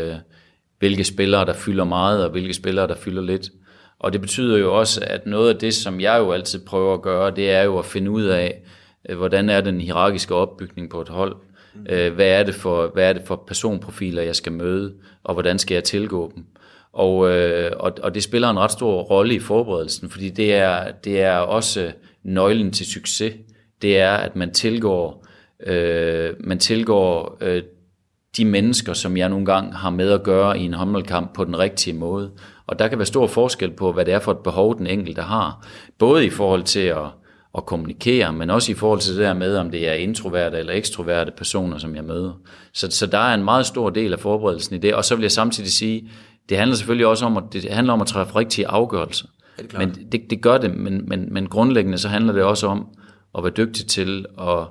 hvilke spillere, der fylder meget, og hvilke spillere, der fylder lidt. Og det betyder jo også, at noget af det, som jeg jo altid prøver at gøre, det er jo at finde ud af, hvordan er den hierarkiske opbygning på et hold. Hvad er det for, hvad er det for personprofiler, jeg skal møde, og hvordan skal jeg tilgå dem. Og, øh, og, og det spiller en ret stor rolle i forberedelsen, fordi det er, det er også nøglen til succes. Det er, at man tilgår, øh, man tilgår øh, de mennesker, som jeg nogle gange har med at gøre i en håndboldkamp på den rigtige måde. Og der kan være stor forskel på, hvad det er for et behov, den enkelte har. Både i forhold til at, at kommunikere, men også i forhold til det der med, om det er introverte eller ekstroverte personer, som jeg møder. Så, så der er en meget stor del af forberedelsen i det. Og så vil jeg samtidig sige, det handler selvfølgelig også om, at det handler om at træffe rigtige afgørelser. Det men det, det gør det, men, men, men grundlæggende så handler det også om at være dygtig til at,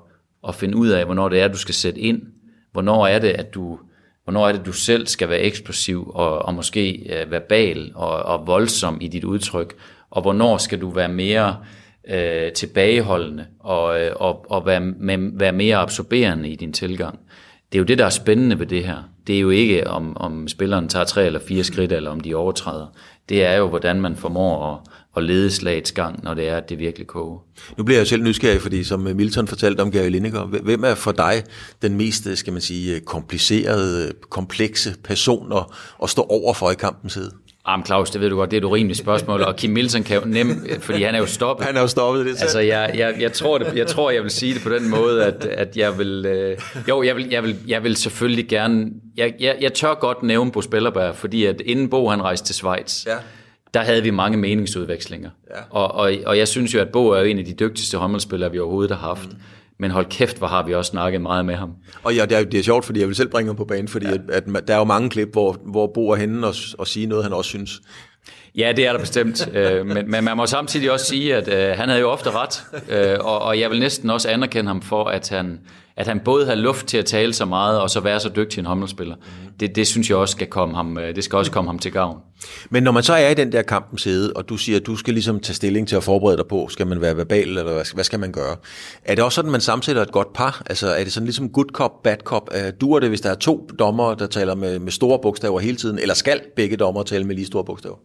at finde ud af, hvornår det er, du skal sætte ind. Hvornår er det, at du, hvornår er det, du selv skal være eksplosiv og, og måske øh, verbal og, og voldsom i dit udtryk. Og hvornår skal du være mere øh, tilbageholdende og, og, og være, med, være mere absorberende i din tilgang. Det er jo det, der er spændende ved det her. Det er jo ikke, om, om spilleren tager tre eller fire skridt, eller om de overtræder. Det er jo, hvordan man formår at, at lede slagets gang, når det er, at det virkelig koger. Nu bliver jeg jo selv nysgerrig, fordi som Milton fortalte om Gary Lineker, hvem er for dig den mest, skal man sige, komplicerede, komplekse person at, at stå over for i kampens hede? Jamen Claus, det ved du godt, det er et urimeligt spørgsmål, og Kim Milton kan jo nemt, fordi han er jo stoppet. Han er jo stoppet, det selv. Altså, jeg, jeg, jeg, tror det, jeg tror, jeg vil sige det på den måde, at, at jeg vil, øh, jo, jeg vil, jeg vil, jeg vil selvfølgelig gerne, jeg, jeg, jeg tør godt nævne Bo Spillerberg, fordi at inden Bo han rejste til Schweiz, ja. Der havde vi mange meningsudvekslinger, ja. og, og, og jeg synes jo, at Bo er en af de dygtigste håndboldspillere, vi overhovedet har haft. Mm. Men hold kæft, hvor har vi også snakket meget med ham. Og ja, det er, det er sjovt, fordi jeg vil selv bringe ham på banen, fordi ja. at, at der er jo mange klip, hvor, hvor Bo er henne og, og sige noget, han også synes. Ja, det er der bestemt. men, men man må samtidig også sige, at øh, han havde jo ofte ret. Øh, og, og jeg vil næsten også anerkende ham for, at han, at han både har luft til at tale så meget, og så være så dygtig en håndboldspiller. Mm. Det, det synes jeg også skal komme ham, det skal også komme ham til gavn. Men når man så er i den der kampens hede, og du siger, at du skal ligesom tage stilling til at forberede dig på, skal man være verbal, eller hvad skal, hvad skal man gøre? Er det også sådan, man sammensætter et godt par? Altså er det sådan ligesom good cop, bad cop? Duer det, hvis der er to dommere, der taler med, med store bogstaver hele tiden, eller skal begge dommere tale med lige store bogstaver?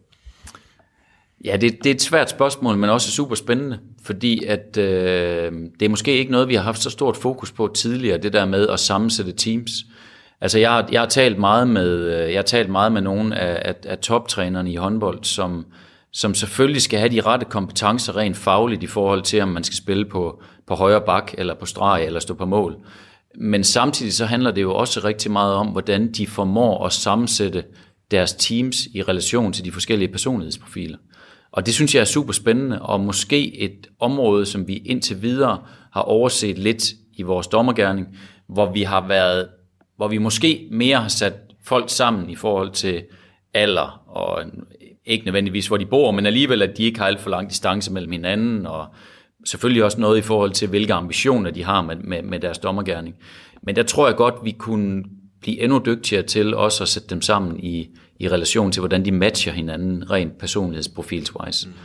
Ja, det, det er et svært spørgsmål, men også super spændende, fordi at, øh, det er måske ikke noget, vi har haft så stort fokus på tidligere, det der med at sammensætte teams. Altså jeg har, jeg har talt meget med jeg har talt meget med nogle af, af, af toptrænerne i håndbold, som, som selvfølgelig skal have de rette kompetencer rent fagligt i forhold til, om man skal spille på, på højre bak, eller på streg, eller stå på mål. Men samtidig så handler det jo også rigtig meget om, hvordan de formår at sammensætte deres teams i relation til de forskellige personlighedsprofiler. Og det synes jeg er super spændende, og måske et område, som vi indtil videre har overset lidt i vores dommergerning, hvor vi har været, hvor vi måske mere har sat folk sammen i forhold til alder, og ikke nødvendigvis hvor de bor, men alligevel at de ikke har alt for lang distance mellem hinanden, og selvfølgelig også noget i forhold til, hvilke ambitioner de har med, med, med deres dommergerning. Men der tror jeg godt, vi kunne blive endnu dygtigere til også at sætte dem sammen i, i relation til, hvordan de matcher hinanden rent personlighedsprofilswise. Mm.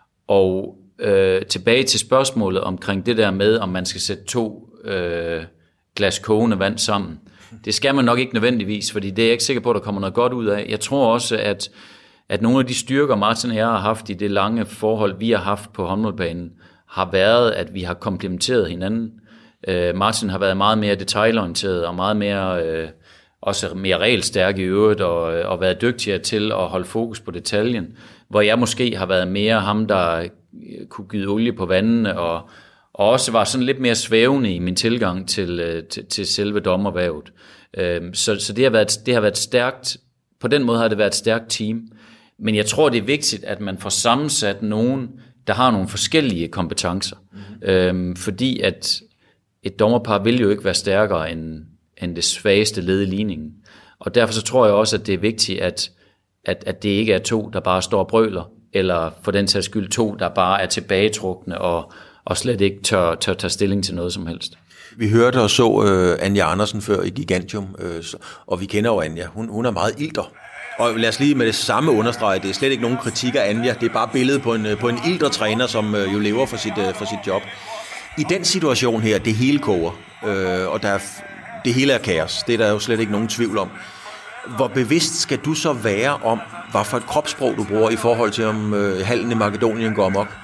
Og øh, tilbage til spørgsmålet omkring det der med, om man skal sætte to øh, glas kogende vand sammen. Det skal man nok ikke nødvendigvis, fordi det er jeg ikke sikker på, at der kommer noget godt ud af. Jeg tror også, at, at nogle af de styrker, Martin og jeg har haft i det lange forhold, vi har haft på håndboldbanen, har været, at vi har komplementeret hinanden. Øh, Martin har været meget mere detailorienteret og meget mere... Øh, også mere regelstærk i øvrigt, og, og været dygtigere til at holde fokus på detaljen, hvor jeg måske har været mere ham, der kunne give olie på vandene, og, og også var sådan lidt mere svævende i min tilgang til, til, til selve dommervævet. Så, så det har været, det har været stærkt, på den måde har det været et stærkt team. Men jeg tror, det er vigtigt, at man får sammensat nogen, der har nogle forskellige kompetencer. Mm-hmm. Øhm, fordi at et dommerpar vil jo ikke være stærkere end end det svageste led i ligningen. Og derfor så tror jeg også, at det er vigtigt, at, at, at det ikke er to, der bare står og brøler, eller for den sags skyld to, der bare er tilbagetrukne og, og slet ikke tør, tør tage stilling til noget som helst. Vi hørte og så uh, Anja Andersen før i Gigantium, uh, og vi kender jo Anja. Hun, hun er meget ilter. Og lad os lige med det samme understrege, det er slet ikke nogen kritik af Anja, det er bare billedet på en, på en ilter træner, som uh, jo lever for sit, uh, for sit job. I den situation her, det hele koger, uh, og der er det hele er kaos. Det er der jo slet ikke nogen tvivl om. Hvor bevidst skal du så være om, hvad for et kropssprog du bruger i forhold til, om øh, hallen i Makedonien går amok?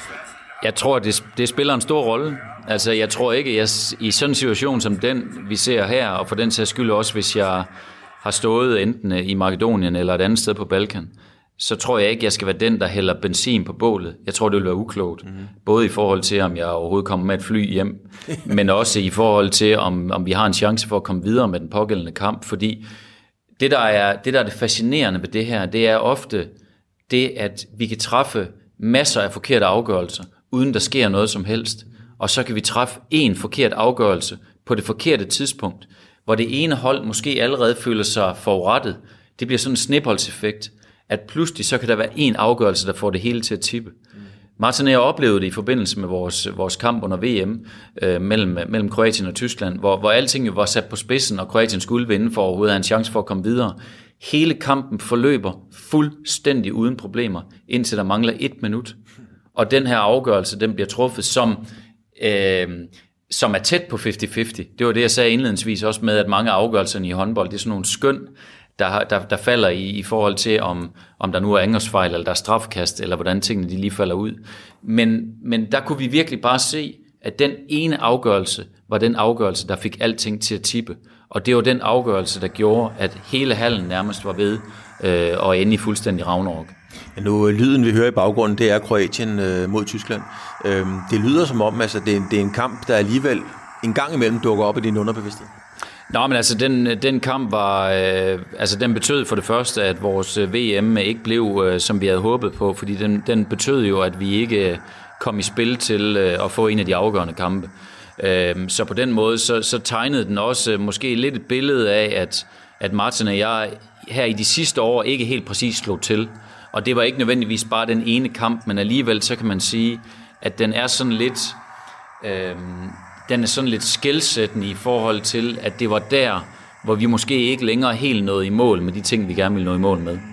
Jeg tror, det, det spiller en stor rolle. Altså, jeg tror ikke, jeg, i sådan en situation som den, vi ser her, og for den sags skyld også, hvis jeg har stået enten i Makedonien eller et andet sted på Balkan, så tror jeg ikke, jeg skal være den, der hælder benzin på bålet. Jeg tror, det vil være uklogt. Mm-hmm. Både i forhold til, om jeg overhovedet kommer med et fly hjem, men også i forhold til, om, om vi har en chance for at komme videre med den pågældende kamp. Fordi det der, er, det, der er det fascinerende ved det her, det er ofte det, at vi kan træffe masser af forkerte afgørelser, uden der sker noget som helst. Og så kan vi træffe en forkert afgørelse på det forkerte tidspunkt, hvor det ene hold måske allerede føler sig forurettet. Det bliver sådan en snibboldseffekt, at pludselig så kan der være en afgørelse, der får det hele til at tippe. Mm. Martin og jeg oplevede det i forbindelse med vores, vores kamp under V M øh, mellem, mellem Kroatien og Tyskland, hvor, hvor alting jo var sat på spidsen, og Kroatien skulle vinde for overhovedet at have en chance for at komme videre. Hele kampen forløber fuldstændig uden problemer, indtil der mangler et minut. Og den her afgørelse, den bliver truffet som, øh, som er tæt på halvtreds halvtreds. Det var det, jeg sagde indledningsvis også med, at mange af afgørelserne i håndbold, det er sådan nogle skøn, der, der, der falder i, i forhold til, om, om der nu er angrebsfejl, eller der er strafkast, eller hvordan tingene de lige falder ud. Men, men der kunne vi virkelig bare se, at den ene afgørelse var den afgørelse, der fik alting til at tippe. Og det var den afgørelse, der gjorde, at hele hallen nærmest var ved øh, og ende i fuldstændig ragnarok. Ja, nu lyden, vi hører i baggrunden, det er Kroatien øh, mod Tyskland. Øh, det lyder som om, altså det, det er en kamp, der alligevel en gang imellem dukker op i din underbevidsthed. Nå, men altså den, den kamp var, øh, altså den betød for det første, at vores V M ikke blev, øh, som vi havde håbet på, fordi den, den betød jo, at vi ikke kom i spil til øh, at få en af de afgørende kampe. Øh, så på den måde, så, så tegnede den også øh, måske lidt et billede af, at, at Martin og jeg her i de sidste år ikke helt præcis slog til. Og det var ikke nødvendigvis bare den ene kamp, men alligevel så kan man sige, at den er sådan lidt... Øh, Den er sådan lidt skelsættende i forhold til, at det var der, hvor vi måske ikke længere helt nåede i mål med de ting, vi gerne ville nå i mål med.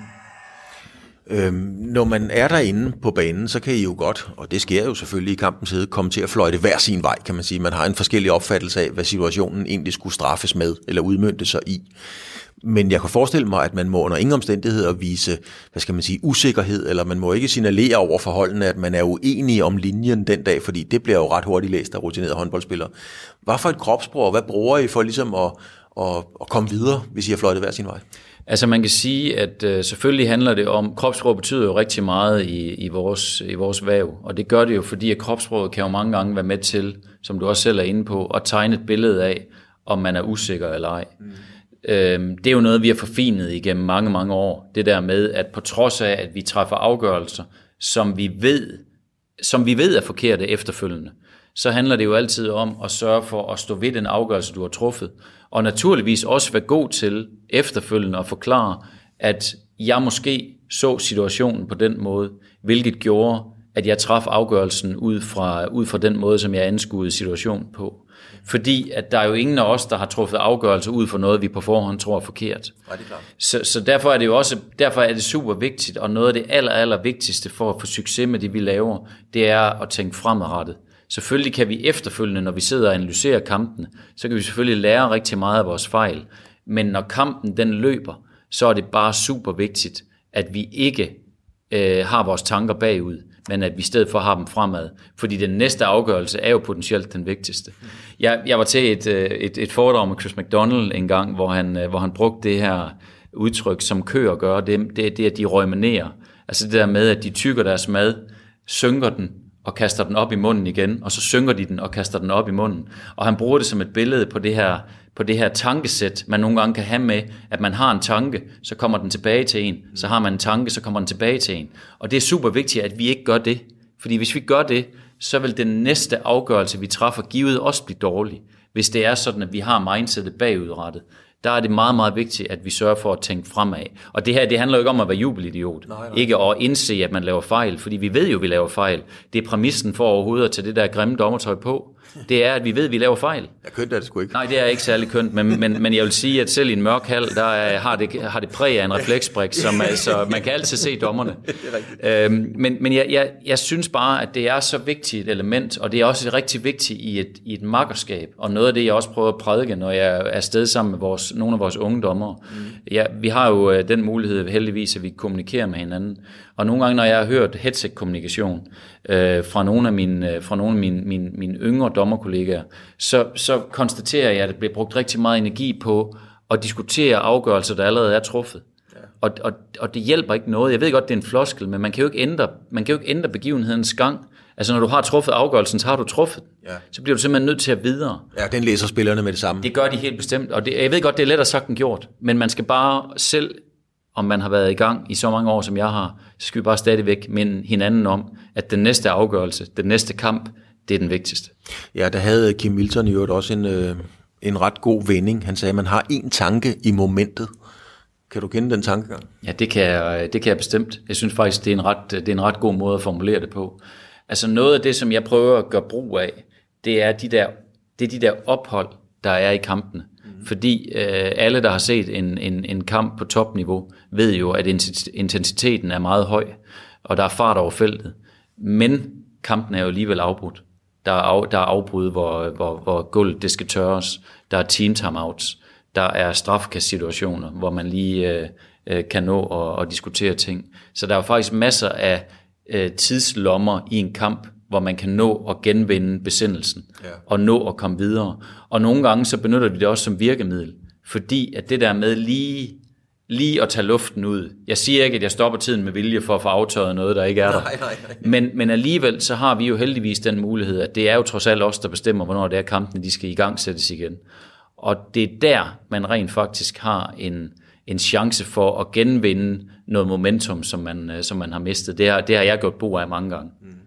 Øhm, når man er derinde på banen, så kan I jo godt, og det sker jo selvfølgelig i kampens hede, komme til at fløjte hver sin vej, kan man sige. Man har en forskellig opfattelse af, hvad situationen egentlig skulle straffes med, eller udmønte sig i. Men jeg kan forestille mig, at man må under ingen omstændigheder vise, hvad skal man sige, usikkerhed, eller man må ikke signalere over forholdene, at man er uenig om linjen den dag, fordi det bliver jo ret hurtigt læst af rutinerede håndboldspillere. Hvad for et kropssprog, hvad bruger I for ligesom at, at, at komme videre, hvis I har fløjtet hver sin vej? Altså man kan sige, at øh, selvfølgelig handler det om, kropssprog betyder jo rigtig meget i, i, vores, i vores væv, og det gør det jo, fordi at kropssproget kan jo mange gange være med til, som du også selv er inde på, at tegne et billede af, om man er usikker eller ej. Mm. Det er jo noget, vi har forfinet igennem mange, mange år. Det der med, at på trods af, at vi træffer afgørelser, som vi ved, som vi ved er forkerte efterfølgende, så handler det jo altid om at sørge for at stå ved den afgørelse, du har truffet. Og naturligvis også være god til efterfølgende at forklare, at jeg måske så situationen på den måde, hvilket gjorde, at jeg traf afgørelsen ud fra, ud fra den måde, som jeg anskuede situationen på. Fordi at der er jo ingen af os, der har truffet afgørelser ud for noget, vi på forhånd tror er forkert. Ja, det er klart. Så, så derfor er det jo også, derfor er det super vigtigt, og noget af det aller, aller vigtigste for at få succes med det, vi laver, det er at tænke fremadrettet. Selvfølgelig kan vi efterfølgende, når vi sidder og analyserer kampene, så kan vi selvfølgelig lære rigtig meget af vores fejl. Men når kampen den løber, så er det bare super vigtigt, at vi ikke øh, har vores tanker bagud, men at vi i stedet for har dem fremad. Fordi den næste afgørelse er jo potentielt den vigtigste. Jeg, jeg var til et, et, et foredrag med Chris McDonald en gang, hvor han, hvor han brugte det her udtryk, som køer gør, det, det, det at de røgmanerer. Altså det der med, at de tykker deres mad, synker den og kaster den op i munden igen, og så synker de den og kaster den op i munden. Og han bruger det som et billede på det her, på det her tankesæt, man nogle gange kan have med, at man har en tanke, så kommer den tilbage til en. Så har man en tanke, så kommer den tilbage til en. Og det er super vigtigt, at vi ikke gør det. Fordi hvis vi gør det, så vil den næste afgørelse, vi træffer, givet også blive dårlig. Hvis det er sådan, at vi har mindsetet bagudrettet, der er det meget, meget vigtigt, at vi sørger for at tænke fremad. Og det her, det handler jo ikke om at være jubelidiot. Nej, nej. Ikke at indse, at man laver fejl, fordi vi ved jo, at vi laver fejl. Det er præmissen for overhovedet at tage det der grimme dommertøj på. Det er, at vi ved, at vi laver fejl. Jeg kønt er det sgu ikke. Nej, det er ikke særlig kønt, men, men, men jeg vil sige, at selv i en mørk hal, der er, har, det, har det præg af en refleksbrik, som altså, man kan altid se dommerne. Øhm, men men jeg, jeg, jeg synes bare, at det er så vigtigt et element, og det er også rigtig vigtigt i et, i et makkerskab, og noget af det, jeg også prøver at prædike, når jeg er afsted sammen med vores, nogle af vores unge dommere. Mm. Ja, vi har jo den mulighed heldigvis, at vi kommunikerer med hinanden, og nogle gange, når jeg har hørt headset-kommunikation øh, fra nogle af mine, fra nogle af mine, mine, mine yngre dommerkollegaer, så, så konstaterer jeg, at det bliver brugt rigtig meget energi på at diskutere afgørelser, der allerede er truffet. Ja. Og, og, og det hjælper ikke noget. Jeg ved godt, det er en floskel, men man kan jo ikke ændre, man kan jo ikke ændre begivenhedens gang. Altså når du har truffet afgørelsen, så har du truffet. Ja. Så bliver du simpelthen nødt til at videre. Ja, den læser spillerne med det samme. Det gør de helt bestemt, og det, jeg ved godt, det er lettere sagt end gjort, men man skal bare selv, om man har været i gang i så mange år, som jeg har, så skal vi bare stadigvæk minde hinanden om, at den næste afgørelse, den næste kamp, det er den vigtigste. Ja, der havde Kim Milton jo også en, øh, en ret god vending. Han sagde, at man har én tanke i momentet. Kan du kende den tankegang? Ja, det kan jeg, det kan jeg bestemt. Jeg synes faktisk, det er en ret, det er en ret god måde at formulere det på. Altså noget af det, som jeg prøver at gøre brug af, det er de der, det er de der ophold, der er i kampene. Mm. Fordi øh, alle, der har set en, en, en kamp på topniveau, ved jo, at intensiteten er meget høj, og der er fart over feltet. Men kampen er jo alligevel afbrudt. Der er, af, der er afbrud, hvor, hvor, hvor gulvet det skal tørres. Der er team timeouts. Der er strafkastsituationer, hvor man lige øh, øh, kan nå at, at diskutere ting. Så der er faktisk masser af øh, tidslommer i en kamp, hvor man kan nå at genvinde besindelsen, ja. Og nå at komme videre. Og nogle gange så benytter vi det også som virkemiddel, fordi at det der med lige, lige at tage luften ud, jeg siger ikke, at jeg stopper tiden med vilje for at få aftøjet noget, der ikke er der, nej, nej, nej. Men, men alligevel så har vi jo heldigvis den mulighed, at det er jo trods alt os, der bestemmer, hvornår det er kampene, de skal i gang sættes igen. Og det er der, man rent faktisk har en, en chance for at genvinde noget momentum, som man, som man har mistet. Det har, det har jeg gjort brug af mange gange. Mm.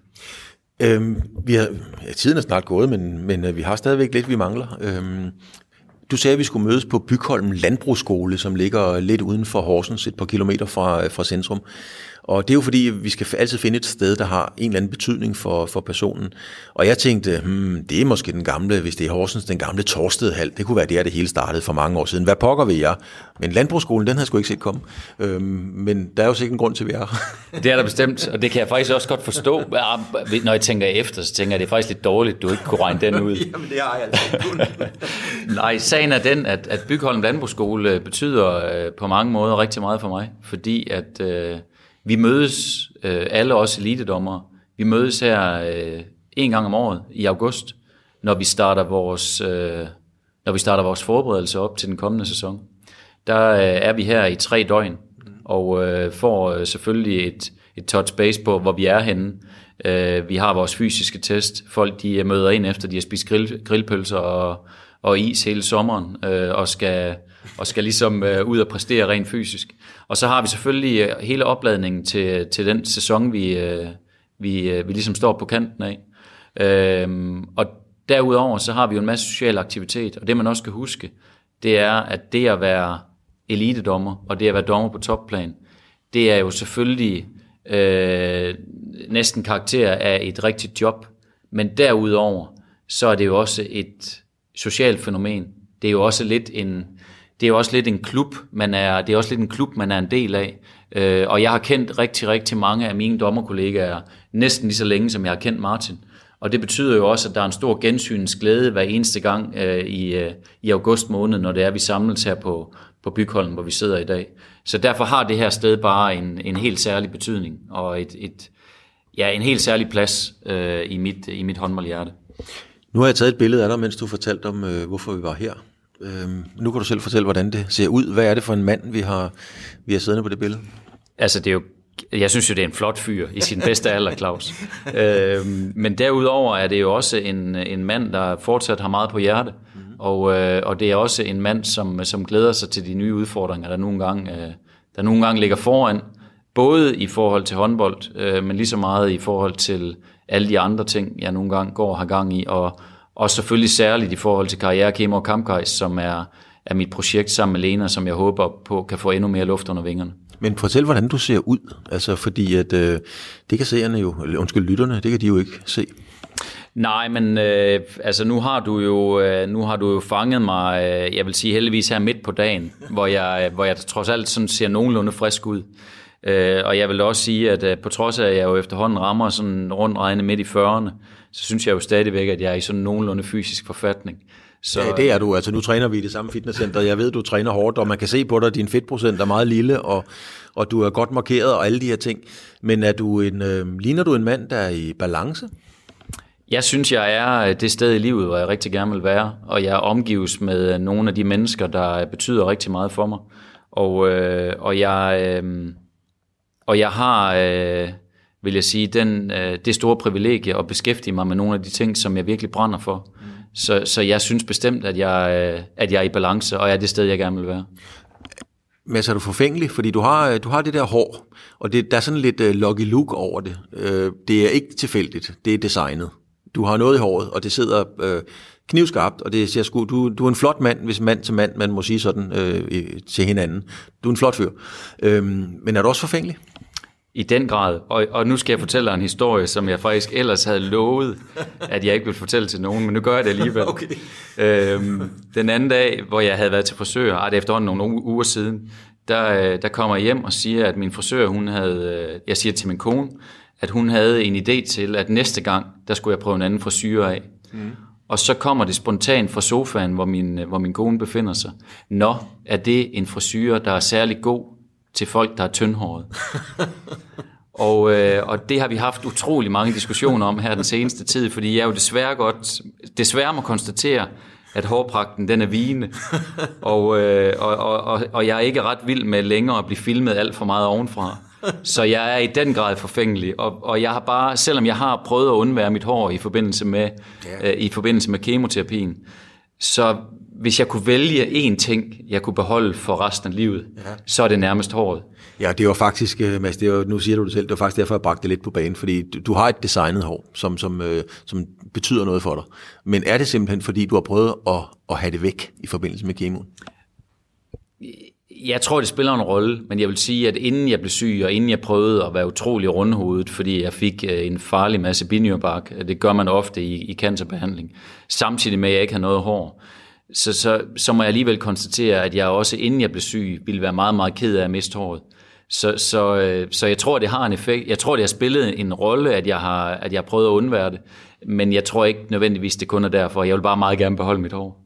Øhm, vi har, ja, tiden er snart gået, men, men vi har stadigvæk lidt, vi mangler. Øhm, du sagde, at vi skulle mødes på Bygholm Landbrugsskole, som ligger lidt uden for Horsens, et par kilometer fra, fra centrum. Og det er jo fordi, vi skal altid finde et sted, der har en eller anden betydning for, for personen. Og jeg tænkte, hmm, det er måske den gamle, hvis det er Horsens, den gamle Torstedhal. Det kunne være der, det hele startede for mange år siden. Hvad pokker ved jeg? Men Landbrugsskolen, den har jeg sgu ikke set komme. Øhm, men der er jo sikkert en grund til, at vi er. Det er der bestemt, og det kan jeg faktisk også godt forstå. Når jeg tænker efter, så tænker jeg, at det er faktisk lidt dårligt, du ikke kunne regne den ud. Jamen, det har jeg altså ikke. Nej, sagen er den, at, at Bygholm Landbrugsskole betyder øh, på mange måder rigtig meget for mig. Fordi at... Øh, Vi mødes, øh, alle os elitedommere, vi mødes her øh, en gang om året i august, når vi starter vores, øh, når vi starter vores forberedelse op til den kommende sæson. Der øh, er vi her i tre døgn, og øh, får øh, selvfølgelig et, et touch base på, hvor vi er henne. Øh, vi har vores fysiske test. Folk de møder ind efter, de har spist grill, grillpølser og, og is hele sommeren, øh, og skal... og skal ligesom øh, ud og præstere rent fysisk. Og så har vi selvfølgelig øh, hele opladningen til, til den sæson, vi, øh, vi, øh, vi ligesom står på kanten af. Øhm, og derudover så har vi jo en masse social aktivitet, og det man også skal huske, det er, at det at være elitedommer, og det at være dommer på topplan, det er jo selvfølgelig øh, næsten karakter af et rigtigt job, men derudover, så er det jo også et socialt fænomen. Det er jo også lidt en... Det er jo også lidt en klub, man er, det er også lidt en klub, man er en del af. Øh, og jeg har kendt rigtig, rigtig mange af mine dommerkollegaer næsten lige så længe, som jeg har kendt Martin. Og det betyder jo også, at der er en stor gensynsglæde hver eneste gang øh, i, øh, i august måned, når det er, vi samles her på, på Bygholm, hvor vi sidder i dag. Så derfor har det her sted bare en, en helt særlig betydning, og et, et, ja, en helt særlig plads øh, i mit, i mit håndboldhjerte. Nu har jeg taget et billede af dig, mens du fortalte om, øh, hvorfor vi var her. Øhm, nu kan du selv fortælle, hvordan det ser ud. Hvad er det for en mand, vi har, vi har siddende på det billede? Altså, det er jo, jeg synes jo, det er en flot fyr i sin bedste alder, Claus. øhm, men derudover er det jo også en, en mand, der fortsat har meget på hjerte. Mm-hmm. Og, øh, og det er også en mand, som, som glæder sig til de nye udfordringer, der nogle gange, øh, der nogle gange ligger foran. Både i forhold til håndbold, øh, men lige så meget i forhold til alle de andre ting, jeg nogle gange går og har gang i. Og Og selvfølgelig særligt i forhold til Karriere Kemo og Kampkejs, som er, er mit projekt sammen med Lena, som jeg håber på kan få endnu mere luft under vingerne. Men fortæl, hvordan du ser ud. Altså, fordi at, øh, det kan seerne jo, undskyld, lytterne, det kan de jo ikke se. Nej, men øh, altså nu har du jo øh, nu har du jo fanget mig, øh, jeg vil sige heldigvis her midt på dagen, hvor jeg hvor jeg trods alt sådan ser nogenlunde frisk ud. Øh, og jeg vil også sige, at øh, på trods af at jeg jo efterhånden rammer sådan rundt regnet midt i fyrrerne, så synes jeg jo stadigvæk, at jeg er i sådan nogenlunde fysisk forfatning. Så... Ja, det er du. Altså nu træner vi i det samme fitnesscenter. Jeg ved, du træner hårdt, og man kan se på dig, at din fedtprocent er meget lille, og, og du er godt markeret og alle de her ting. Men er du en, øh, ligner du en mand, der er i balance? Jeg synes, jeg er det sted i livet, hvor jeg rigtig gerne vil være, og jeg omgives med nogle af de mennesker, der betyder rigtig meget for mig. Og, øh, og, jeg, øh, og jeg har... Øh, vil jeg sige, den, øh, det store privilegie at beskæftige mig med nogle af de ting, som jeg virkelig brænder for. Mm. Så, så jeg synes bestemt, at jeg, øh, at jeg er i balance, og jeg er det sted, jeg gerne vil være. Men så er du forfængelig, fordi du har, du har det der hår, og det, der er sådan lidt uh, Lucky Luke over det. Uh, det er ikke tilfældigt, det er designet. Du har noget i håret, og det sidder uh, knivskarpt, og det ser sgu, du, du er en flot mand, hvis mand til mand, man må sige sådan uh, til hinanden. Du er en flot fyr. Uh, men er du også forfængelig? I den grad. Og, og nu skal jeg fortælle dig en historie, som jeg faktisk ellers havde lovet, at jeg ikke ville fortælle til nogen, men nu gør jeg det alligevel. Okay. Øhm, den anden dag, hvor jeg havde været til frisør, ah, det er efterhånden nogle uger siden, der, der kommer jeg hjem og siger, at min frisør, hun havde, jeg siger til min kone, at hun havde en idé til, at næste gang, der skulle jeg prøve en anden frisyr af. Mm. Og så kommer det spontant fra sofaen, hvor min, hvor min kone befinder sig. Nå, er det en frisyr, der er særlig god til folk, der er tyndhåret? og, øh, og det har vi haft utrolig mange diskussioner om her den seneste tid, fordi jeg jo desværre godt, desværre må konstatere, at hårpragten den er vigende, og, øh, og, og, og jeg er ikke ret vild med længere at blive filmet alt for meget ovenfra. Så jeg er i den grad forfængelig, og, og jeg har bare, selvom jeg har prøvet at undvære mit hår i forbindelse med, yeah. øh, i forbindelse med kemoterapien, så hvis jeg kunne vælge én ting, jeg kunne beholde for resten af livet, ja. så er det nærmest håret. Ja, det var faktisk, Mads, det var, nu siger du det selv, det var faktisk derfor, jeg bragte det lidt på banen, fordi du, du har et designet hår, som, som, øh, som betyder noget for dig. Men er det simpelthen, fordi du har prøvet at, at have det væk i forbindelse med kemoen? Jeg tror, det spiller en rolle, men jeg vil sige, at inden jeg blev syg, og inden jeg prøvede at være utrolig rundhovedet, fordi jeg fik en farlig masse binyrbark, det gør man ofte i, i cancerbehandling, samtidig med, at jeg ikke havde noget hår, så, så, så må jeg alligevel konstatere, at jeg også inden jeg blev syg, ville være meget, meget ked af at miste håret. Så, så, så jeg tror, det har en effekt. Jeg tror, det har spillet en rolle, at jeg har, at jeg har prøvet at undvære det, men jeg tror ikke nødvendigvis, det kun er derfor. Jeg vil bare meget gerne beholde mit hår.